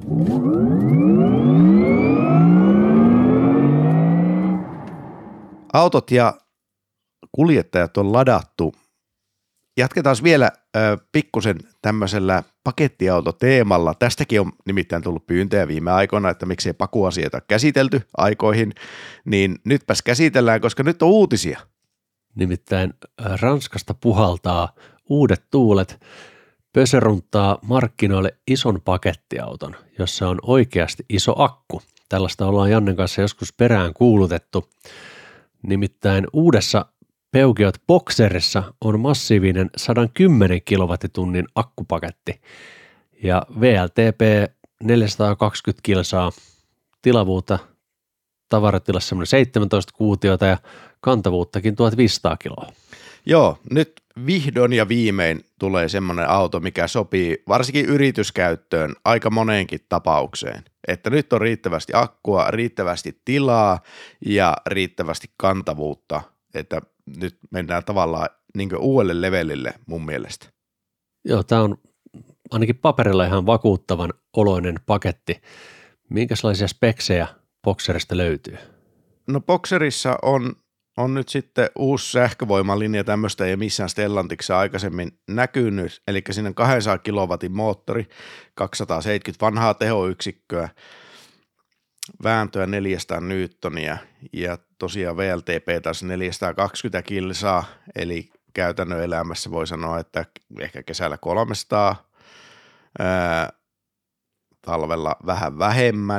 Autot ja kuljettajat on ladattu. Jatketaan vielä äh, pikkusen tämmöisellä pakettiautoteemalla. Tästäkin on nimittäin tullut pyyntöjä viime aikoina, että miksei pakuasioita käsitelty aikoihin, niin nytpäs käsitellään, koska nyt on uutisia. Nimittäin Ranskasta puhaltaa uudet tuulet. Pöse runttaa markkinoille ison pakettiauton, jossa on oikeasti iso akku. Tällaista ollaan Jannen kanssa joskus perään kuulutettu. Nimittäin uudessa Peugeot Boxerissa on massiivinen sata kymmenen kilowattitunnin akkupaketti ja V L T P neljäsataakaksikymmentä kilsaa, tilavuutta tavaratilassa semmoinen seitsemäntoista kuutiota ja kantavuuttakin tuhatviisisataa kiloa. Joo, nyt vihdoin ja viimein tulee semmoinen auto, mikä sopii varsinkin yrityskäyttöön aika moneenkin tapaukseen. Että nyt on riittävästi akkua, riittävästi tilaa ja riittävästi kantavuutta, että nyt mennään tavallaan niin kuin uudelle levelille mun mielestä. Joo, tämä on ainakin paperilla ihan vakuuttavan oloinen paketti. Minkälaisia speksejä Boxerista löytyy? No Boxerissa on, on nyt sitten uusi sähkövoimalinja, tämmöistä ei missään Stellantiksessa aikaisemmin näkynyt, eli siinä on kaksisataa kilowatin moottori, kaksisataaseitsemänkymmentä vanhaa tehoyksikköä, vääntöä neljäsataa newtonia ja tosiaan V L T P taas neljäsataakaksikymmentä kilsaa, eli käytännön elämässä voi sanoa, että ehkä kesällä kolmesataa, ää, talvella vähän vähemmän,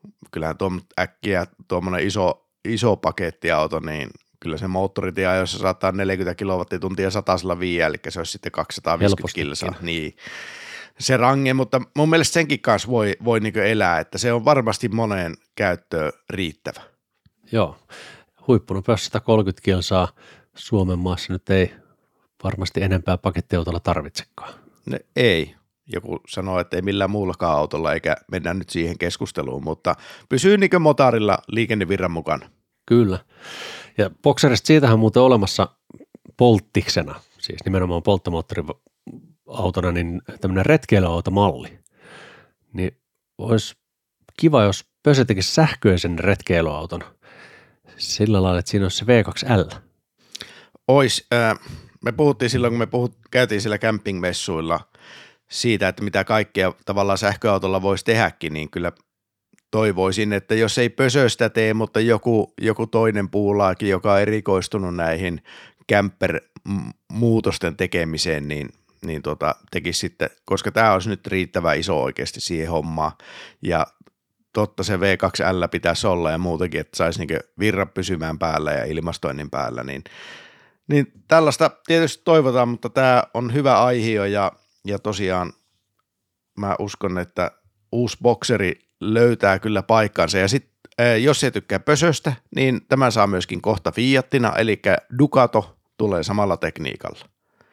kyllähän tuo äkkiä tuommoinen iso, iso pakettiauto, niin kyllä se moottoritieajoissa saattaa neljäkymmentä kilowattituntia satasella viiä, eli se olisi sitten kaksisataaviisikymmentä kilsaa. Niin. Se range, mutta mun mielestä senkin kanssa voi, voi niin elää, että se on varmasti moneen käyttöön riittävä. Joo, huippunopeus sata kolmekymmentä kilsaa Suomen maassa nyt ei varmasti enempää pakettiautolla tarvitsekaan. Ne, ei. Joku sanoo, että ei millään muullakaan autolla, eikä mennä nyt siihen keskusteluun, mutta pysyy niin kuin motorilla liikennevirran mukana. Kyllä. Ja Boxerista siitähän on muuten olemassa polttiksena, siis nimenomaan polttomoottoriautona, niin tämmöinen retkeilyautomalli. Niin olisi kiva, jos Pöse tekisi sähköisen retkeilyauton sillä lailla, että siinä olisi se V kaksi L. Ois. Äh, me puhuttiin silloin, kun me puhut, käytiin siellä campingmessuilla siitä, että mitä kaikkea tavallaan sähköautolla voisi tehdäkin, niin kyllä toivoisin, että jos ei Pösöstä tee, mutta joku, joku toinen puulaakin, joka on erikoistunut näihin camper-muutosten tekemiseen, niin, niin tota, tekisi sitten, koska tämä olisi nyt riittävän iso oikeasti siihen hommaan, ja totta se V kaksi L pitäisi olla ja muutenkin, että saisi niin virran pysymään päällä ja ilmastoinnin päällä, niin, niin tällaista tietysti toivotaan, mutta tämä on hyvä aihio ja, ja tosiaan mä uskon, että uusi Boxeri löytää kyllä paikkansa ja sitten jos ei tykkää Pösöstä, niin tämä saa myöskin kohta Fiatina, eli Ducato tulee samalla tekniikalla.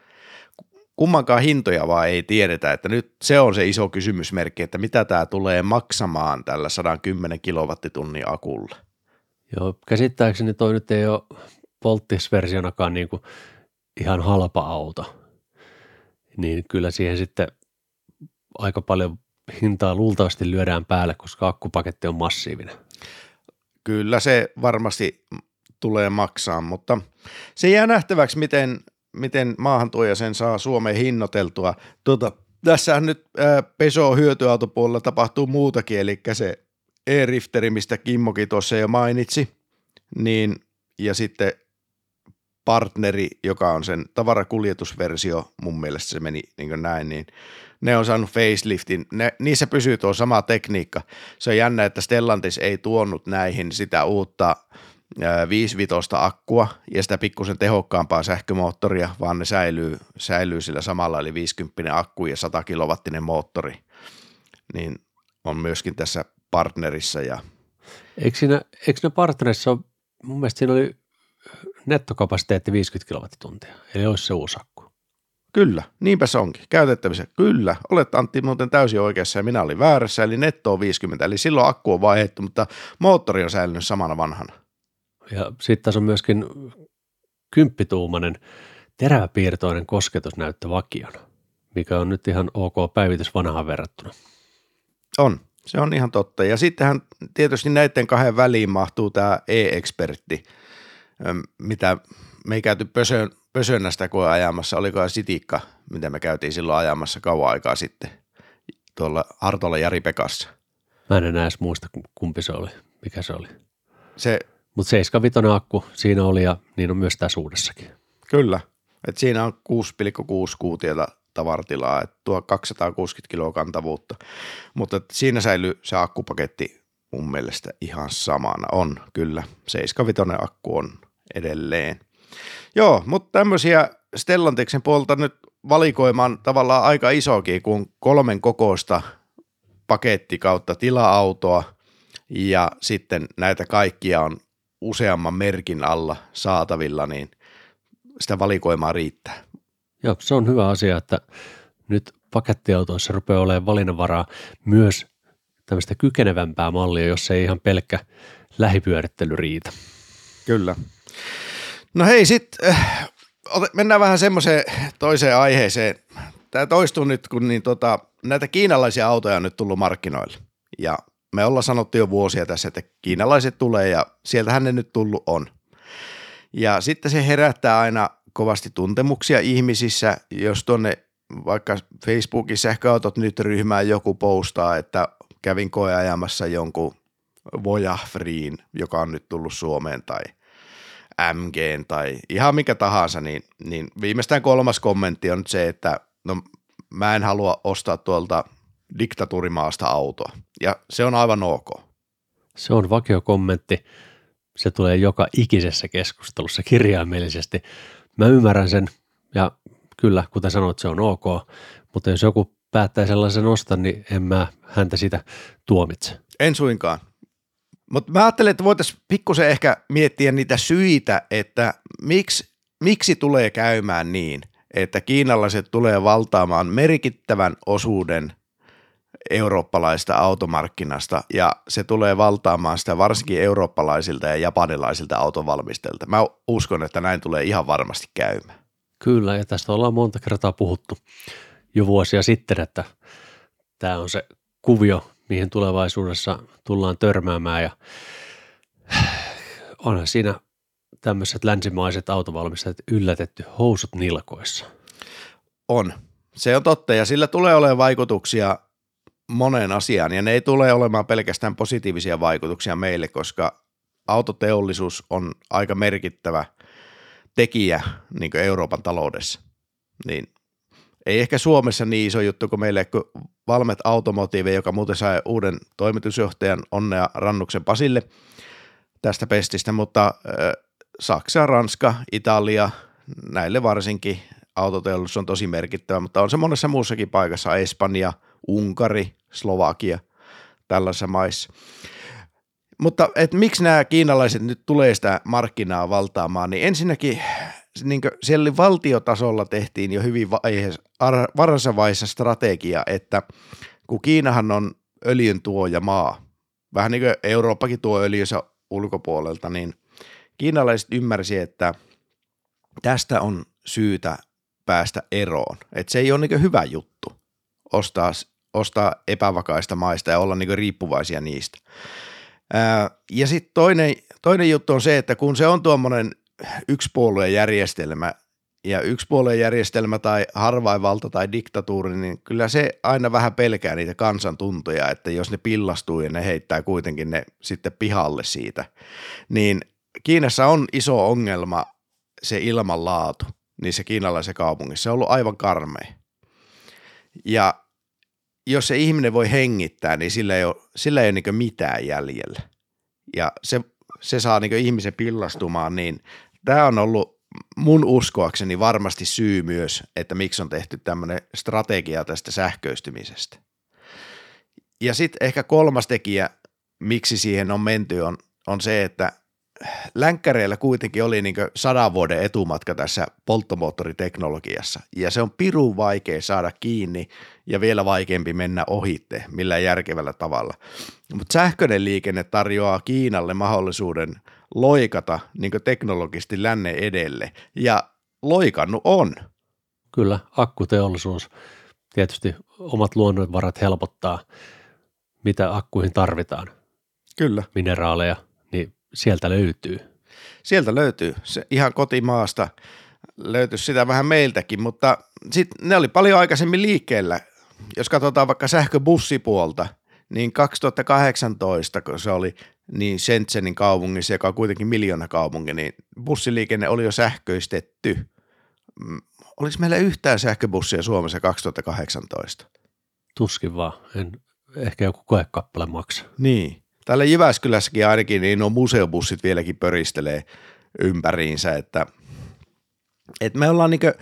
Kummankaan hintoja vaan ei tiedetä, että nyt se on se iso kysymysmerkki, että mitä tämä tulee maksamaan tällä sata kymmenen kilowattitunnin akulla. Joo, käsittääkseni toi nyt ei ole polttisversionakaan niin kuin ihan halpa auto, niin kyllä siihen sitten aika paljon hintaa luultavasti lyödään päälle, koska akkupaketti on massiivinen. Kyllä se varmasti tulee maksaa, mutta se jää nähtäväksi, miten miten maahantuoja sen saa Suomeen hinnoiteltua. Tuota, tässähän nyt ää, Peugeot hyötyautopuolella tapahtuu muutakin, eli se e-rifteri, mistä Kimmokin tuossa jo mainitsi, niin, ja sitten partneri, joka on sen tavarakuljetusversio, mun mielestä se meni niin kuin näin, niin ne on saanut faceliftin, ne, niissä pysyy tuo sama tekniikka. Se on jännä, että Stellantis ei tuonut näihin sitä uutta viisi vitosta akkua ja sitä pikkusen tehokkaampaa sähkömoottoria, vaan ne säilyy, säilyy sillä samalla, eli viisikymmentä akku ja sata kilowattinen moottori, niin on myöskin tässä partnerissa. Ja Eikö siinä, eikö siinä partnerissa ole, mun mielestä siinä oli nettokapasiteetti viisikymmentä kilowattituntia, eli olisi se uusi akku. Kyllä, niinpä se onkin, käytettävissä. Kyllä, olet Antti muuten täysin oikeassa ja minä olin väärässä, eli netto on viisikymmentä, eli silloin akku on vaihdettu, mutta moottori on säilynyt samana vanhana. Ja sitten tässä on myöskin kymppituumainen teräväpiirtoinen kosketusnäyttö vakiona, mikä on nyt ihan ok päivitys vanhaan verrattuna. On, se on ihan totta. Ja sittenhän tietysti näiden kahden väliin mahtuu tämä e-ekspertti, mitä me ei käyty pösön, pösönnästä kun ajamassa, oliko Sitikka, mitä me käytiin silloin ajamassa kauan aikaa sitten tuolla Hartolla Jari-Pekassa. Mä en enää edes muista kumpi se oli, mikä se oli. Se Mutta seitsemänkymmentäviisi akku siinä oli ja niin on myös tässä uudessakin. Kyllä, että siinä on kuusi pilkku kuusi kuutiota tavaratilaa, että tuo kaksisataakuusikymmentä kiloa kantavuutta, mutta siinä säilyy se akkupaketti mun mielestä ihan samana. On kyllä, seitsemänkymmentäviisi akku on edelleen. Joo, mutta tämmöisiä Stellantiksen puolta nyt valikoimaan tavallaan aika isokin, kun kolmen kokoista paketti kautta tila-autoa ja sitten näitä kaikkia on useamman merkin alla saatavilla, niin sitä valikoimaa riittää. Joo, se on hyvä asia, että nyt pakettiautoissa rupeaa olemaan valinnanvaraa myös tämmöistä kykenevämpää mallia, jos ei ihan pelkkä lähipyörittely riitä. Kyllä. No hei, sitten äh, mennään vähän semmoiseen toiseen aiheeseen. Tämä toistuu nyt, kun niin tota, näitä kiinalaisia autoja on nyt tullut markkinoille. Ja me ollaan sanottu jo vuosia tässä, että kiinalaiset tulee ja sieltähän ne nyt tullut on. Ja sitten se herättää aina kovasti tuntemuksia ihmisissä, jos tuonne vaikka Facebookin sähköautot nyt ryhmään joku postaa, että kävin koeajamassa jonkun Voyage-Freein, joka on nyt tullut Suomeen tai M G:n tai ihan mikä tahansa, niin, niin viimeistään kolmas kommentti on nyt se, että no mä en halua ostaa tuolta diktatuurimaasta autoa ja se on aivan ok. Se on vakiokommentti. Se tulee joka ikisessä keskustelussa kirjaimellisesti. Mä ymmärrän sen ja kyllä, kuten sanoit, se on ok, mutta jos joku päättää sellaisen ostaa, niin en mä häntä sitä tuomitse. En suinkaan. Mutta mä ajattelen, että voitaisiin pikkusen ehkä miettiä niitä syitä, että miksi, miksi tulee käymään niin, että kiinalaiset tulee valtaamaan merkittävän osuuden eurooppalaista automarkkinasta ja se tulee valtaamaan sitä varsinkin eurooppalaisilta ja japanilaisilta autovalmistajilta. Mä uskon, että näin tulee ihan varmasti käymään. Kyllä, ja tästä ollaan monta kertaa puhuttu jo vuosia sitten, että tämä on se kuvio, mihin tulevaisuudessa tullaan törmäämään ja onhan siinä tämmöiset länsimaiset autovalmistajat yllätetty housut nilkoissa. On. Se on totta ja sillä tulee olemaan vaikutuksia moneen asiaan ja ne ei tule olemaan pelkästään positiivisia vaikutuksia meille, koska autoteollisuus on aika merkittävä tekijä niin kuin Euroopan taloudessa. Niin ei ehkä Suomessa niin iso juttu kuin meille, kun Valmet Automotive, joka muuten sai uuden toimitusjohtajan, onnea Rannuksen Pasille tästä pestistä, mutta äh, Saksa, Ranska, Italia, näille varsinkin autoteollisuus on tosi merkittävä, mutta on se monessa muussakin paikassa, Espanja, Unkari, Slovakia, tällaisissa maissa. Mutta et miksi nämä kiinalaiset nyt tulee sitä markkinaa valtaamaan, niin ensinnäkin niin siellä valtiotasolla tehtiin jo hyvin vaiheessa, varhaisessa vaiheessa strategia, että kun Kiinahan on öljyn tuoja maa, vähän niin kuin Eurooppakin tuo öljynsä ulkopuolelta, niin kiinalaiset ymmärsi, että tästä on syytä päästä eroon. Että se ei ole niin kuin hyvä juttu ostaa, ostaa epävakaista maista ja olla niin kuin riippuvaisia niistä. Ää, ja sitten toinen, toinen juttu on se, että kun se on tuommoinen yksipuolueen järjestelmä ja yksipuolueen järjestelmä tai harvainvalta tai diktatuuri, niin kyllä se aina vähän pelkää niitä kansantuntoja, että jos ne pillastuu ja ne heittää kuitenkin ne sitten pihalle siitä, niin Kiinassa on iso ongelma se ilmanlaatu niissä kiinalaisissa kaupungissa. Se on ollut aivan karmea. Ja jos se ihminen voi hengittää, niin sillä ei ole, sillä ei ole niin mitään jäljellä. Ja se, se saa niin ihmisen pillastumaan, niin tämä on ollut mun uskoakseni varmasti syy myös, että miksi on tehty tämmöinen strategia tästä sähköistymisestä. Ja sitten ehkä kolmas tekijä, miksi siihen on menty, on, on se, että länkkäreillä kuitenkin oli niin sadan vuoden etumatka tässä polttomoottoriteknologiassa, ja se on pirun vaikea saada kiinni ja vielä vaikeampi mennä ohitte millään järkevällä tavalla. Mutta sähköinen liikenne tarjoaa Kiinalle mahdollisuuden loikata niin teknologisesti lännen edelle, ja loikannut on. Kyllä, akkuteollisuus, tietysti omat luonnonvarat helpottaa, mitä akkuihin tarvitaan. Kyllä. Mineraaleja, niin sieltä löytyy. Sieltä löytyy, se ihan kotimaasta löytyy sitä vähän meiltäkin, mutta sitten ne oli paljon aikaisemmin liikkeellä. Jos katsotaan vaikka sähköbussipuolta, niin kaksituhattakahdeksantoista, kun se oli niin Shenzhenin kaupungissa, joka on kuitenkin miljoonakaupunki, niin bussiliikenne oli jo sähköistetty. Oliko meillä yhtään sähköbussia Suomessa kaksituhattakahdeksantoista? Tuskin vaan, en, ehkä joku koekappale maksaa. Niin. Täällä Jyväskylässäkin ainakin niin nuo museobussit vieläkin pöristelee ympäriinsä, että, että me ollaan niinkö,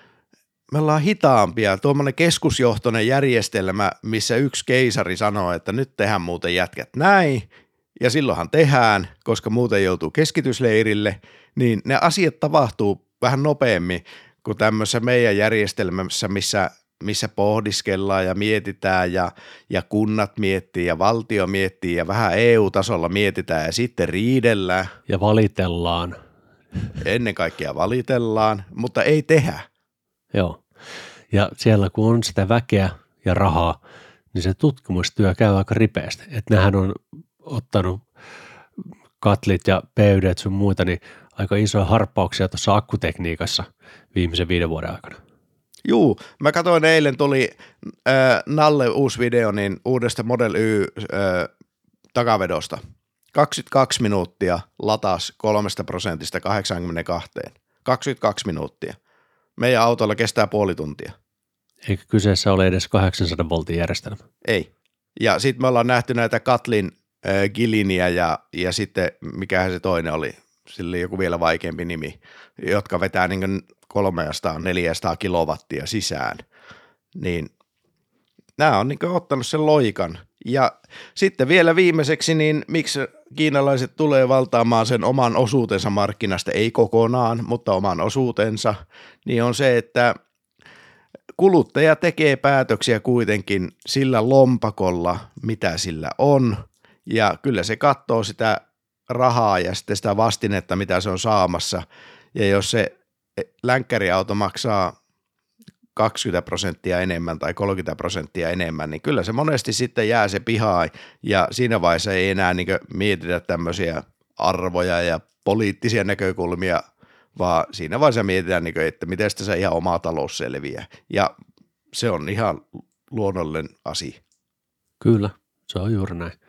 me ollaan hitaampia. Tuommoinen keskusjohtoinen järjestelmä, missä yksi keisari sanoo, että nyt tehdään muuten jätkät näin, ja silloinhan tehdään, koska muuten joutuu keskitysleirille, niin ne asiat tapahtuu vähän nopeammin kuin tämmöisessä meidän järjestelmässä, missä missä pohdiskellaan ja mietitään ja, ja kunnat miettii ja valtio miettii ja vähän E U-tasolla mietitään ja sitten riidellään. Ja valitellaan. Ennen kaikkea valitellaan, mutta ei tehdä. Joo. Ja siellä kun on sitä väkeä ja rahaa, niin se tutkimustyö käy aika ripeästi. Että nehän on ottanut katlit ja peydet sun muita, niin aika isoja harppauksia tuossa akkutekniikassa viimeisen viiden vuoden aikana. Juu, mä katsoin eilen tuli äh, Nalle uusi video niin uudesta Model Y äh, takavedosta. kaksikymmentäkaksi minuuttia latas kolmesta prosentista kahdeksankymmentäkaksi. kaksikymmentäkaksi minuuttia. Meidän autolla kestää puoli tuntia. Eikö kyseessä ole edes kahdeksansadan voltin järjestelmä? Ei. Ja sitten me ollaan nähty näitä Katlin äh, Giliniä ja, ja sitten mikähän se toinen oli, sillä oli joku vielä vaikeampi nimi, jotka vetää niin kolmesataa neljäsataa kilowattia sisään, niin nämä on niin ottanut sen loikan. Ja sitten vielä viimeiseksi, niin miksi kiinalaiset tulee valtaamaan sen oman osuutensa markkinasta, ei kokonaan, mutta oman osuutensa, niin on se, että kuluttaja tekee päätöksiä kuitenkin sillä lompakolla, mitä sillä on, ja kyllä se katsoo sitä rahaa ja sitten sitä vastinetta, mitä se on saamassa, ja jos se länkkäriauto maksaa kaksikymmentä prosenttia enemmän tai kolmekymmentä prosenttia enemmän, niin kyllä se monesti sitten jää se pihaan ja siinä vaiheessa ei enää niin mietitä tämmöisiä arvoja ja poliittisia näkökulmia, vaan siinä vaiheessa mietitään, niin kuin, että miten sitä se ihan oma talous selviää ja se on ihan luonnollinen asia. Kyllä, se on juuri näin.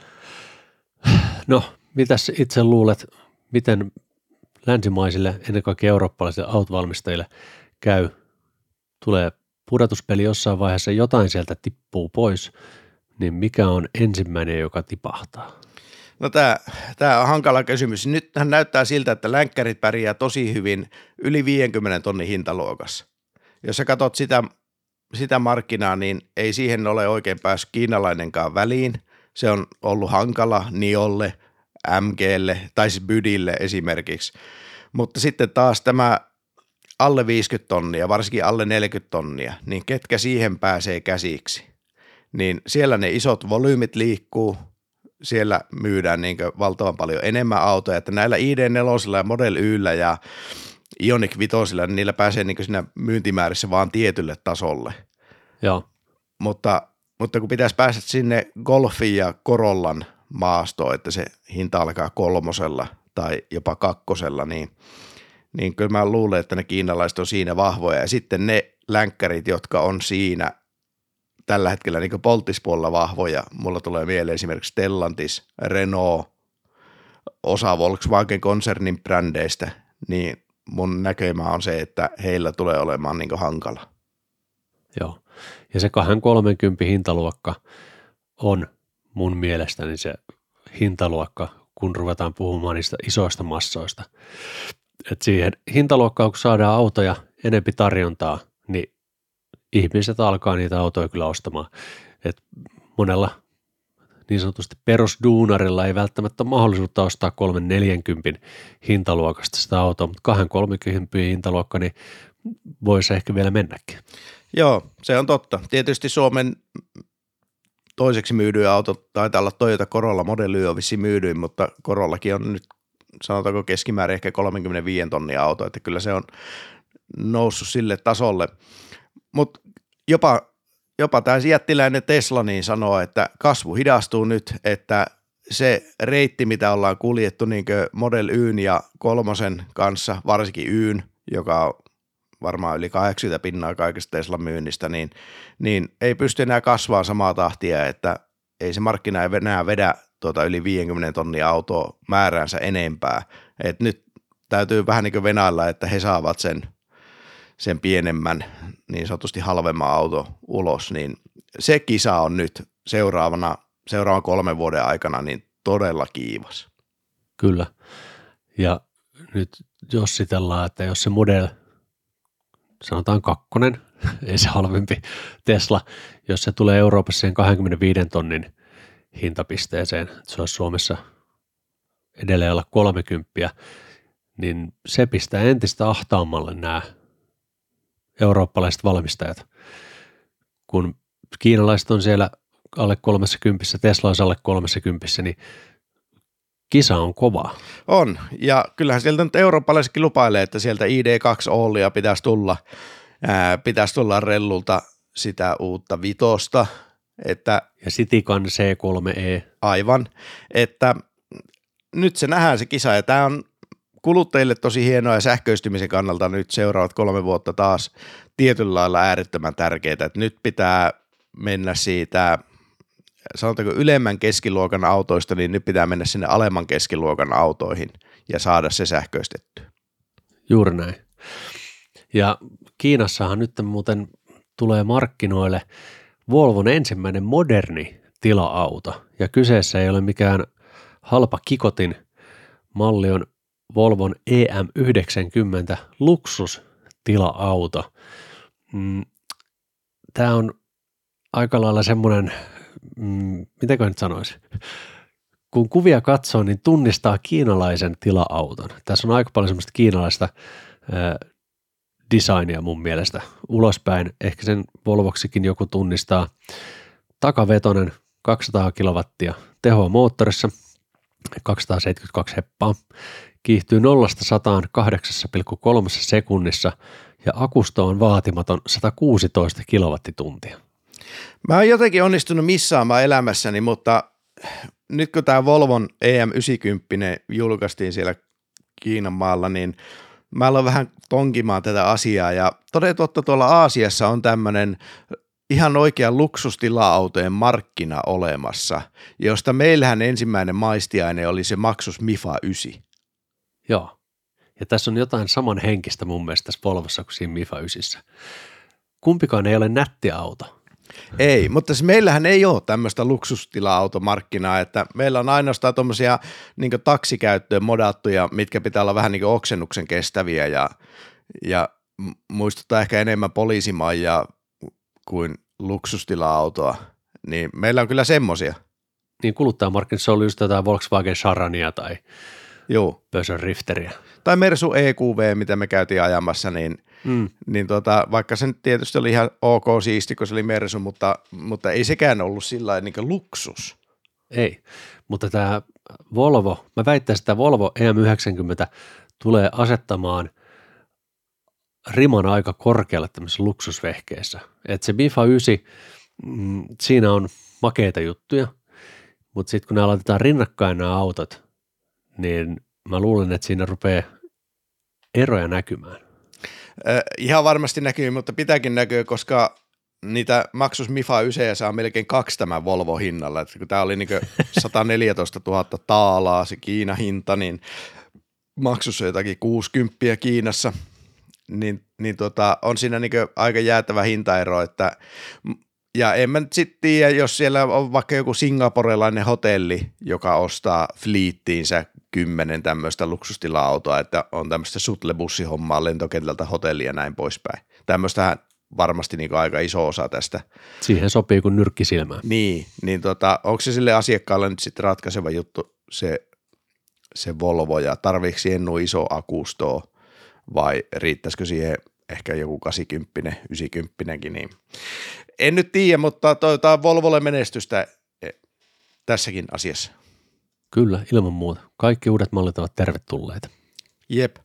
No, mitäs itse luulet, miten länsimaisille, ennen kaikkea eurooppalaisille autovalmistajille käy? Tulee pudotuspeli jossain vaiheessa, jotain sieltä tippuu pois, niin mikä on ensimmäinen, joka tipahtaa? No tämä, tämä on hankala kysymys. Nythän näyttää siltä, että länkkärit pärjää tosi hyvin yli viidenkymmenen tonnin hintaluokassa. Jos sä katsot sitä, sitä markkinaa, niin ei siihen ole oikein päässyt kiinalainenkaan väliin. Se on ollut hankala Niolle, M G:lle tai siis Bydille esimerkiksi. Mutta sitten taas tämä alle viisikymmentä tonnia, varsinkin alle neljäkymmentä tonnia, niin ketkä siihen pääsee käsiksi, niin siellä ne isot volyymit liikkuu, siellä myydään niin valtavan paljon enemmän autoja, että näillä I D neljä ja Model Yllä ja Ioniq viisi, niin niillä pääsee niin siinä myyntimäärissä vaan tietylle tasolle. Joo. Mutta, mutta kun pitäisi päästä sinne Golfin ja Corollan maastoon, että se hinta alkaa kolmosella tai jopa kakkosella, niin niin kyllä mä luulen, että ne kiinalaiset on siinä vahvoja. Ja sitten ne länkkärit, jotka on siinä tällä hetkellä niin polttispuolella vahvoja, mulla tulee mieleen esimerkiksi Stellantis, Renault, osa Volkswagen-konsernin brändeistä, niin mun näkemä on se, että heillä tulee olemaan niin hankala. Joo, ja se kaksisataakolmekymmentä hintaluokka on mun mielestäni se hintaluokka, kun ruvetaan puhumaan niistä isoista massoista. Et siihen hintaluokkaan, kun saadaan autoja enempi tarjontaa, niin ihmiset alkaa niitä autoja kyllä ostamaan. Et monella niin sanotusti perusduunarilla ei välttämättä ole mahdollisuutta ostaa kolme neljänkympin hintaluokasta sitä autoa, mutta kahden kolmekympin hintaluokka, niin voisi ehkä vielä mennäkin. Joo, se on totta. Tietysti Suomen toiseksi myydyin auto taitaa olla Toyota Corolla, Model Y on vissiin myydyin, mutta Corollakin on nyt sanotaanko keskimäärin ehkä kolmekymmentäviisi tonnia auto, että kyllä se on noussut sille tasolle. Mutta jopa, jopa tämä jättiläinen Tesla niin sanoo, että kasvu hidastuu nyt, että se reitti, mitä ollaan kuljettu niin Model Yn ja kolmosen kanssa, varsinkin Yn, joka on varmaan yli kahdeksankymmentä pinnaa kaikesta Teslan myynnistä, niin, niin ei pysty enää kasvaa samaa tahtia, että ei se markkina enää vedä tuota yli viidenkymmenen tonnia autoa määräänsä enempää. Et nyt täytyy vähän niin kuin venailla, että he saavat sen, sen pienemmän, niin sanotusti halvemman auto ulos, niin se kisa on nyt seuraavana, seuraavan kolmen vuoden aikana niin todella kiivas. Kyllä, ja nyt jossitellaan, että jos se Model, sanotaan kakkonen, ei se halvempi Tesla, jos se tulee Euroopassa siihen kaksikymmentäviisi tonnin hintapisteeseen, että se olisi Suomessa edelleen olla kolmekymmentä, niin se pistää entistä ahtaammalle nämä eurooppalaiset valmistajat. Kun kiinalaiset on siellä alle kolmekymmentä, Tesla on alle kolmekymmentä, niin kisa on kova. On, ja kyllähän sieltä nyt eurooppalaisetkin lupailee, että sieltä I D kaksi Ollia pitäisi tulla, ää, pitäisi tulla rellulta sitä uutta vitosta, että ja Citycan C kolme E. Aivan, että nyt se nähdään se kisa, ja tämä on kuluttajille tosi hienoa ja sähköistymisen kannalta nyt seuraavat kolme vuotta taas tietyllä lailla äärettömän tärkeää, että nyt pitää mennä siitä, sanotaanko ylemmän keskiluokan autoista, niin nyt pitää mennä sinne alemman keskiluokan autoihin ja saada se sähköistettyä. Juuri näin. Ja Kiinassahan nyt muuten tulee markkinoille Volvon ensimmäinen moderni tila-auto. Ja kyseessä ei ole mikään halpa kikotin. Malli on Volvon E M yhdeksänkymmentä luksustila-auto. Tämä on aika lailla semmoinen, mm, mitäkö nyt sanoisi, kun kuvia katsoo, niin tunnistaa kiinalaisen tila-auton. Tässä on aika paljon semmoista kiinalaista ää, designia mun mielestä ulospäin. Ehkä sen Volvoksikin joku tunnistaa. Takavetonen, kaksisataa kilowattia tehoa moottorissa, kaksisataaseitsemänkymmentäkaksi heppaa. Kiihtyy nollasta sataan kahdeksan pilkku kolme sekunnissa ja akusto on vaatimaton sata kuusitoista kilowattituntia. Mä oon jotenkin onnistunut missaamaan elämässäni, mutta nyt kun tämä Volvon E M yhdeksänkymmentä julkaistiin siellä Kiinan maalla, niin mä aloin vähän tonkimaan tätä asiaa ja toden totta tuolla Aasiassa on tämmöinen ihan oikea luksustila-autojen markkina olemassa, josta meillähän ensimmäinen maistiaine oli se Maxus Mifa yhdeksän. Joo, ja tässä on jotain samanhenkistä mun mielestä tässä Volvossa kuin siinä Mifa yhdeksässä. Kumpikaan ei ole nätti auto. Ei, mutta siis meillähän ei ole tämmöistä luksustila-automarkkinaa, että meillä on ainoastaan tuommoisia niin kuin taksikäyttöön modattuja, mitkä pitää olla vähän niin kuin oksennuksen kestäviä ja, ja muistuttaa ehkä enemmän poliisimaijaa kuin luksustila-autoa, niin meillä on kyllä semmoisia. Niin kuluttajamarkkinassa on just jotain Volkswagen Charania tai Joo. Peugeot Rifteriä. Tai Mersu E Q V, mitä me käytiin ajamassa, niin, mm. niin tota, vaikka se nyt tietysti oli ihan ok siisti, kun se oli Mersu, mutta, mutta ei sekään ollut sillä niin kuin luksus. Ei, mutta tämä Volvo, mä väittäisin, että Volvo E M yhdeksänkymmentä tulee asettamaan riman aika korkealle tämmöisessä luksusvehkeessä. Että se Mifa yhdeksän, mm, siinä on makeita juttuja, mutta sitten kun ne aloitetaan rinnakkain nämä autot, niin mä luulen, että siinä rupeaa eroja näkymään. Äh, ihan varmasti näkyy, mutta pitääkin näkyä, koska niitä Maxus Mifa yhdeksän saa melkein kaksi tämän Volvo hinnalla. Että kun tämä oli niin sata neljätoista tuhatta taalaa se Kiinan hinta, niin Maxus on jotakin kuusikymmentä Kiinassa, niin, niin tota, on siinä niin aika jäätävä hintaero, että ja en mä nyt sitten tiedä, jos siellä on vaikka joku singaporelainen hotelli, joka ostaa fliittiinsä kymmenen tämmöistä luksustila-autoa, että on tämmöistä shuttle-bussihommaa lentokentältä hotellia ja näin poispäin. Tämmöistähän varmasti niin aika iso osa tästä. Siihen sopii kuin nyrkki silmään. Niin, niin tota, onko se sille asiakkaalle nyt sitten ratkaiseva juttu se, se Volvo ja tarviiko siihen nuo iso akustoa vai riittäisikö siihen ehkä joku kahdeksankymmentä, yhdeksänkymmentäkin, niin en nyt tiedä, mutta toivotaan Volvolle menestystä tässäkin asiassa. Kyllä, ilman muuta. Kaikki uudet mallit ovat tervetulleita. Jep.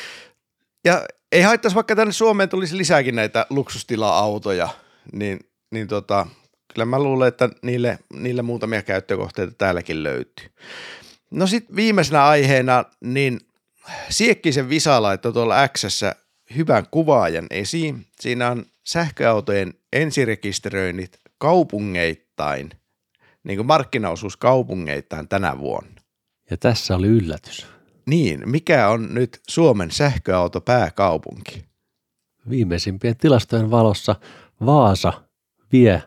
Ja ei haittaisi, vaikka tänne Suomeen tulisi lisääkin näitä luksustila-autoja, niin, niin tota, kyllä mä luulen, että niille, niille muutamia käyttökohteita täälläkin löytyy. No sitten viimeisenä aiheena, niin Siekkisen Visa laittoi tuolla X:ssä hyvän kuvaajan esiin. Siinä on sähköautojen ensirekisteröinnit kaupungeittain, niin kuin markkinaosuus kaupungeittain tänä vuonna. Ja tässä oli yllätys. Niin, mikä on nyt Suomen sähköauto pääkaupunki? Viimeisimpien tilastojen valossa Vaasa vie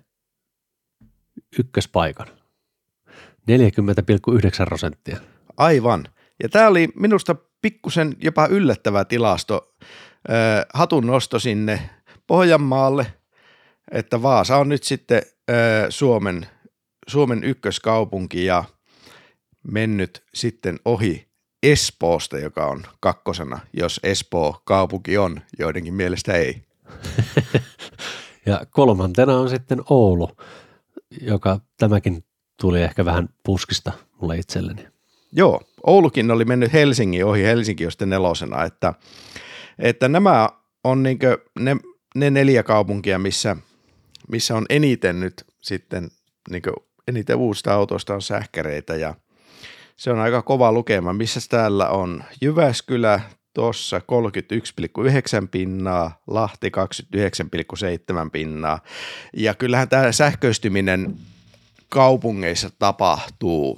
ykköspaikan. neljäkymmentä pilkku yhdeksän prosenttia. Aivan. Ja tämä oli minusta pikkusen jopa yllättävä tilasto, hatun nosto sinne Pohjanmaalle, että Vaasa on nyt sitten Suomen, Suomen ykköskaupunki ja mennyt sitten ohi Espoosta, joka on kakkosena, jos Espoo kaupunki on, joidenkin mielestä ei. Ja kolmantena on sitten Oulu, joka tämäkin tuli ehkä vähän puskista mulle itselleni. Joo, Oulukin oli mennyt Helsingin ohi, Helsinki on sitten nelosena, että, että nämä on niin kuin ne, ne neljä kaupunkia, missä, missä on eniten nyt sitten, niin kuin eniten uusista autoista on sähkäreitä ja se on aika kova lukema. Missä täällä on Jyväskylä tuossa kolmekymmentäyksi pilkku yhdeksän pinnaa, Lahti kaksikymmentäyhdeksän pilkku seitsemän pinnaa ja kyllähän tämä sähköistyminen kaupungeissa tapahtuu.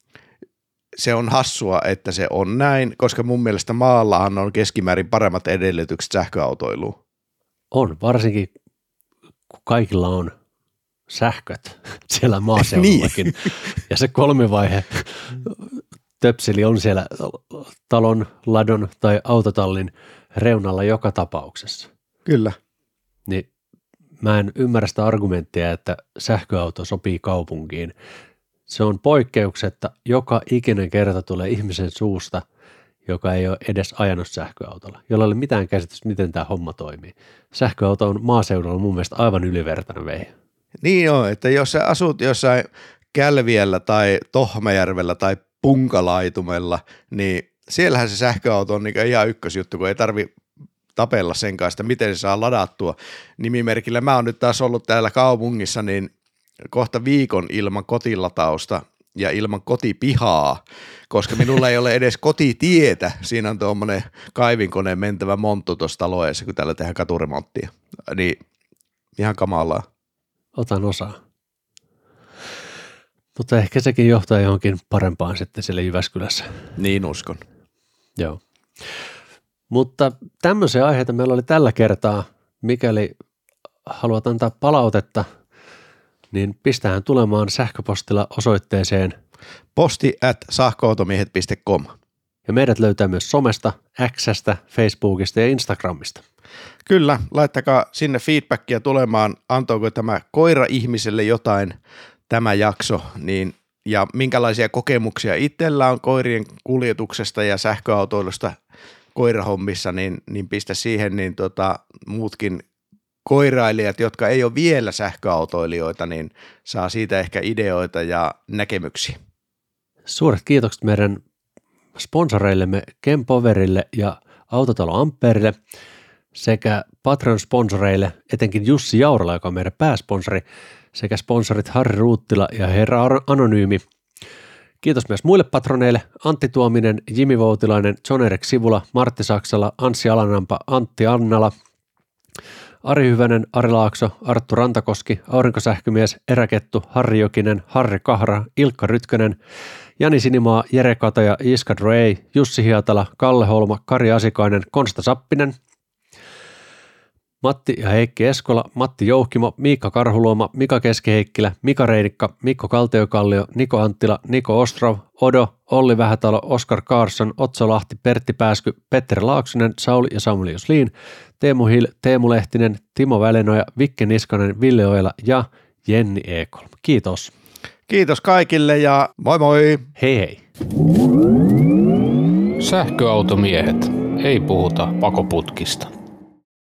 Se on hassua, että se on näin, koska mun mielestä maallahan on keskimäärin paremmat edellytykset sähköautoiluun. On, varsinkin kun kaikilla on sähköt siellä maaseudullakin. Niin. Ja se kolmivaihe töpseli on siellä talon, ladon tai autotallin reunalla joka tapauksessa. Kyllä. Niin mä en ymmärrä sitä argumenttia, että sähköauto sopii kaupunkiin. Se on poikkeuksetta joka ikinen kerta tulee ihmisen suusta, joka ei ole edes ajanut sähköautolla, jolla ei ole mitään käsitystä, miten tämä homma toimii. Sähköauto on maaseudulla mun mielestä aivan ylivertainen veihe. Niin on, että jos sä asut jossain Kälviällä tai Tohmajärvellä tai Punkalaitumella, niin siellähän se sähköauto on niin ihan ykkösjuttu, kun ei tarvi tapella sen kanssa, miten se saa ladattua. Nimimerkillä mä oon nyt taas ollut täällä kaupungissa, niin kohta viikon ilman kotilatausta ja ilman kotipihaa, koska minulla ei ole edes kotitietä. Siinä on tuommoinen kaivinkoneen mentävä monttu tuossa taloessa, kun täällä tehdään katuremonttia. Niin ihan kamalaa. Otan osaa. Mutta ehkä sekin johtaa johonkin parempaan sitten siellä Jyväskylässä. Niin uskon. Joo. Mutta tämmöisiä aiheita meillä oli tällä kertaa. Mikäli haluat antaa palautetta, niin pistähän tulemaan sähköpostilla osoitteeseen posti at sähköautomiehet piste com. Ja meidät löytää myös somesta, X:stä, Facebookista ja Instagramista. Kyllä, laittakaa sinne feedbackia tulemaan, antoiko tämä koira ihmiselle jotain tämä jakso, niin, ja minkälaisia kokemuksia itsellä on koirien kuljetuksesta ja sähköautoilusta koirahommissa, niin, niin pistä siihen niin tota, muutkin koirailijat, jotka ei ole vielä sähköautoilijoita, niin saa siitä ehkä ideoita ja näkemyksiä. Suuret kiitokset meidän sponsoreillemme Kempoverille ja Autotalo Amperille sekä Patreon-sponsoreille, etenkin Jussi Jaurala, joka on meidän pääsponsori, sekä sponsorit Harri Ruuttila ja Herra Anonyymi. Kiitos myös muille patroneille, Antti Tuominen, Jimi Voutilainen, John Erik Sivula, Martti Saksala, Anssi Alanampa, Antti Annala, Ari Hyvänen, Ari Laakso, Arttu Rantakoski, Aurinkosähkömies, Eräkettu, Harri Jokinen, Harri Kahra, Ilkka Rytkönen, Jani Sinimaa, Jere Kataja, Iska Drey, Jussi Hiatala, Kalle Holma, Kari Asikainen, Konsta Sappinen, Matti ja Heikki Eskola, Matti Jouhkimo, Miikka Karhuluoma, Mika Keskiheikkilä, Mika Reinikka, Mikko Kaltiokallio, Niko Anttila, Niko Ostrov, Odo, Olli Vähätalo, Oskar Karsson, Otso Lahti, Pertti Pääsky, Petteri Laaksonen, Sauli ja Samuel Jusliin, Teemu Hill, Teemu Lehtinen, Timo Välenoja, Vikke Niskanen, Ville Oila ja Jenni Ekholm. Kiitos. Kiitos kaikille ja moi moi! Hei hei! Sähköautomiehet. Ei puhuta pakoputkista.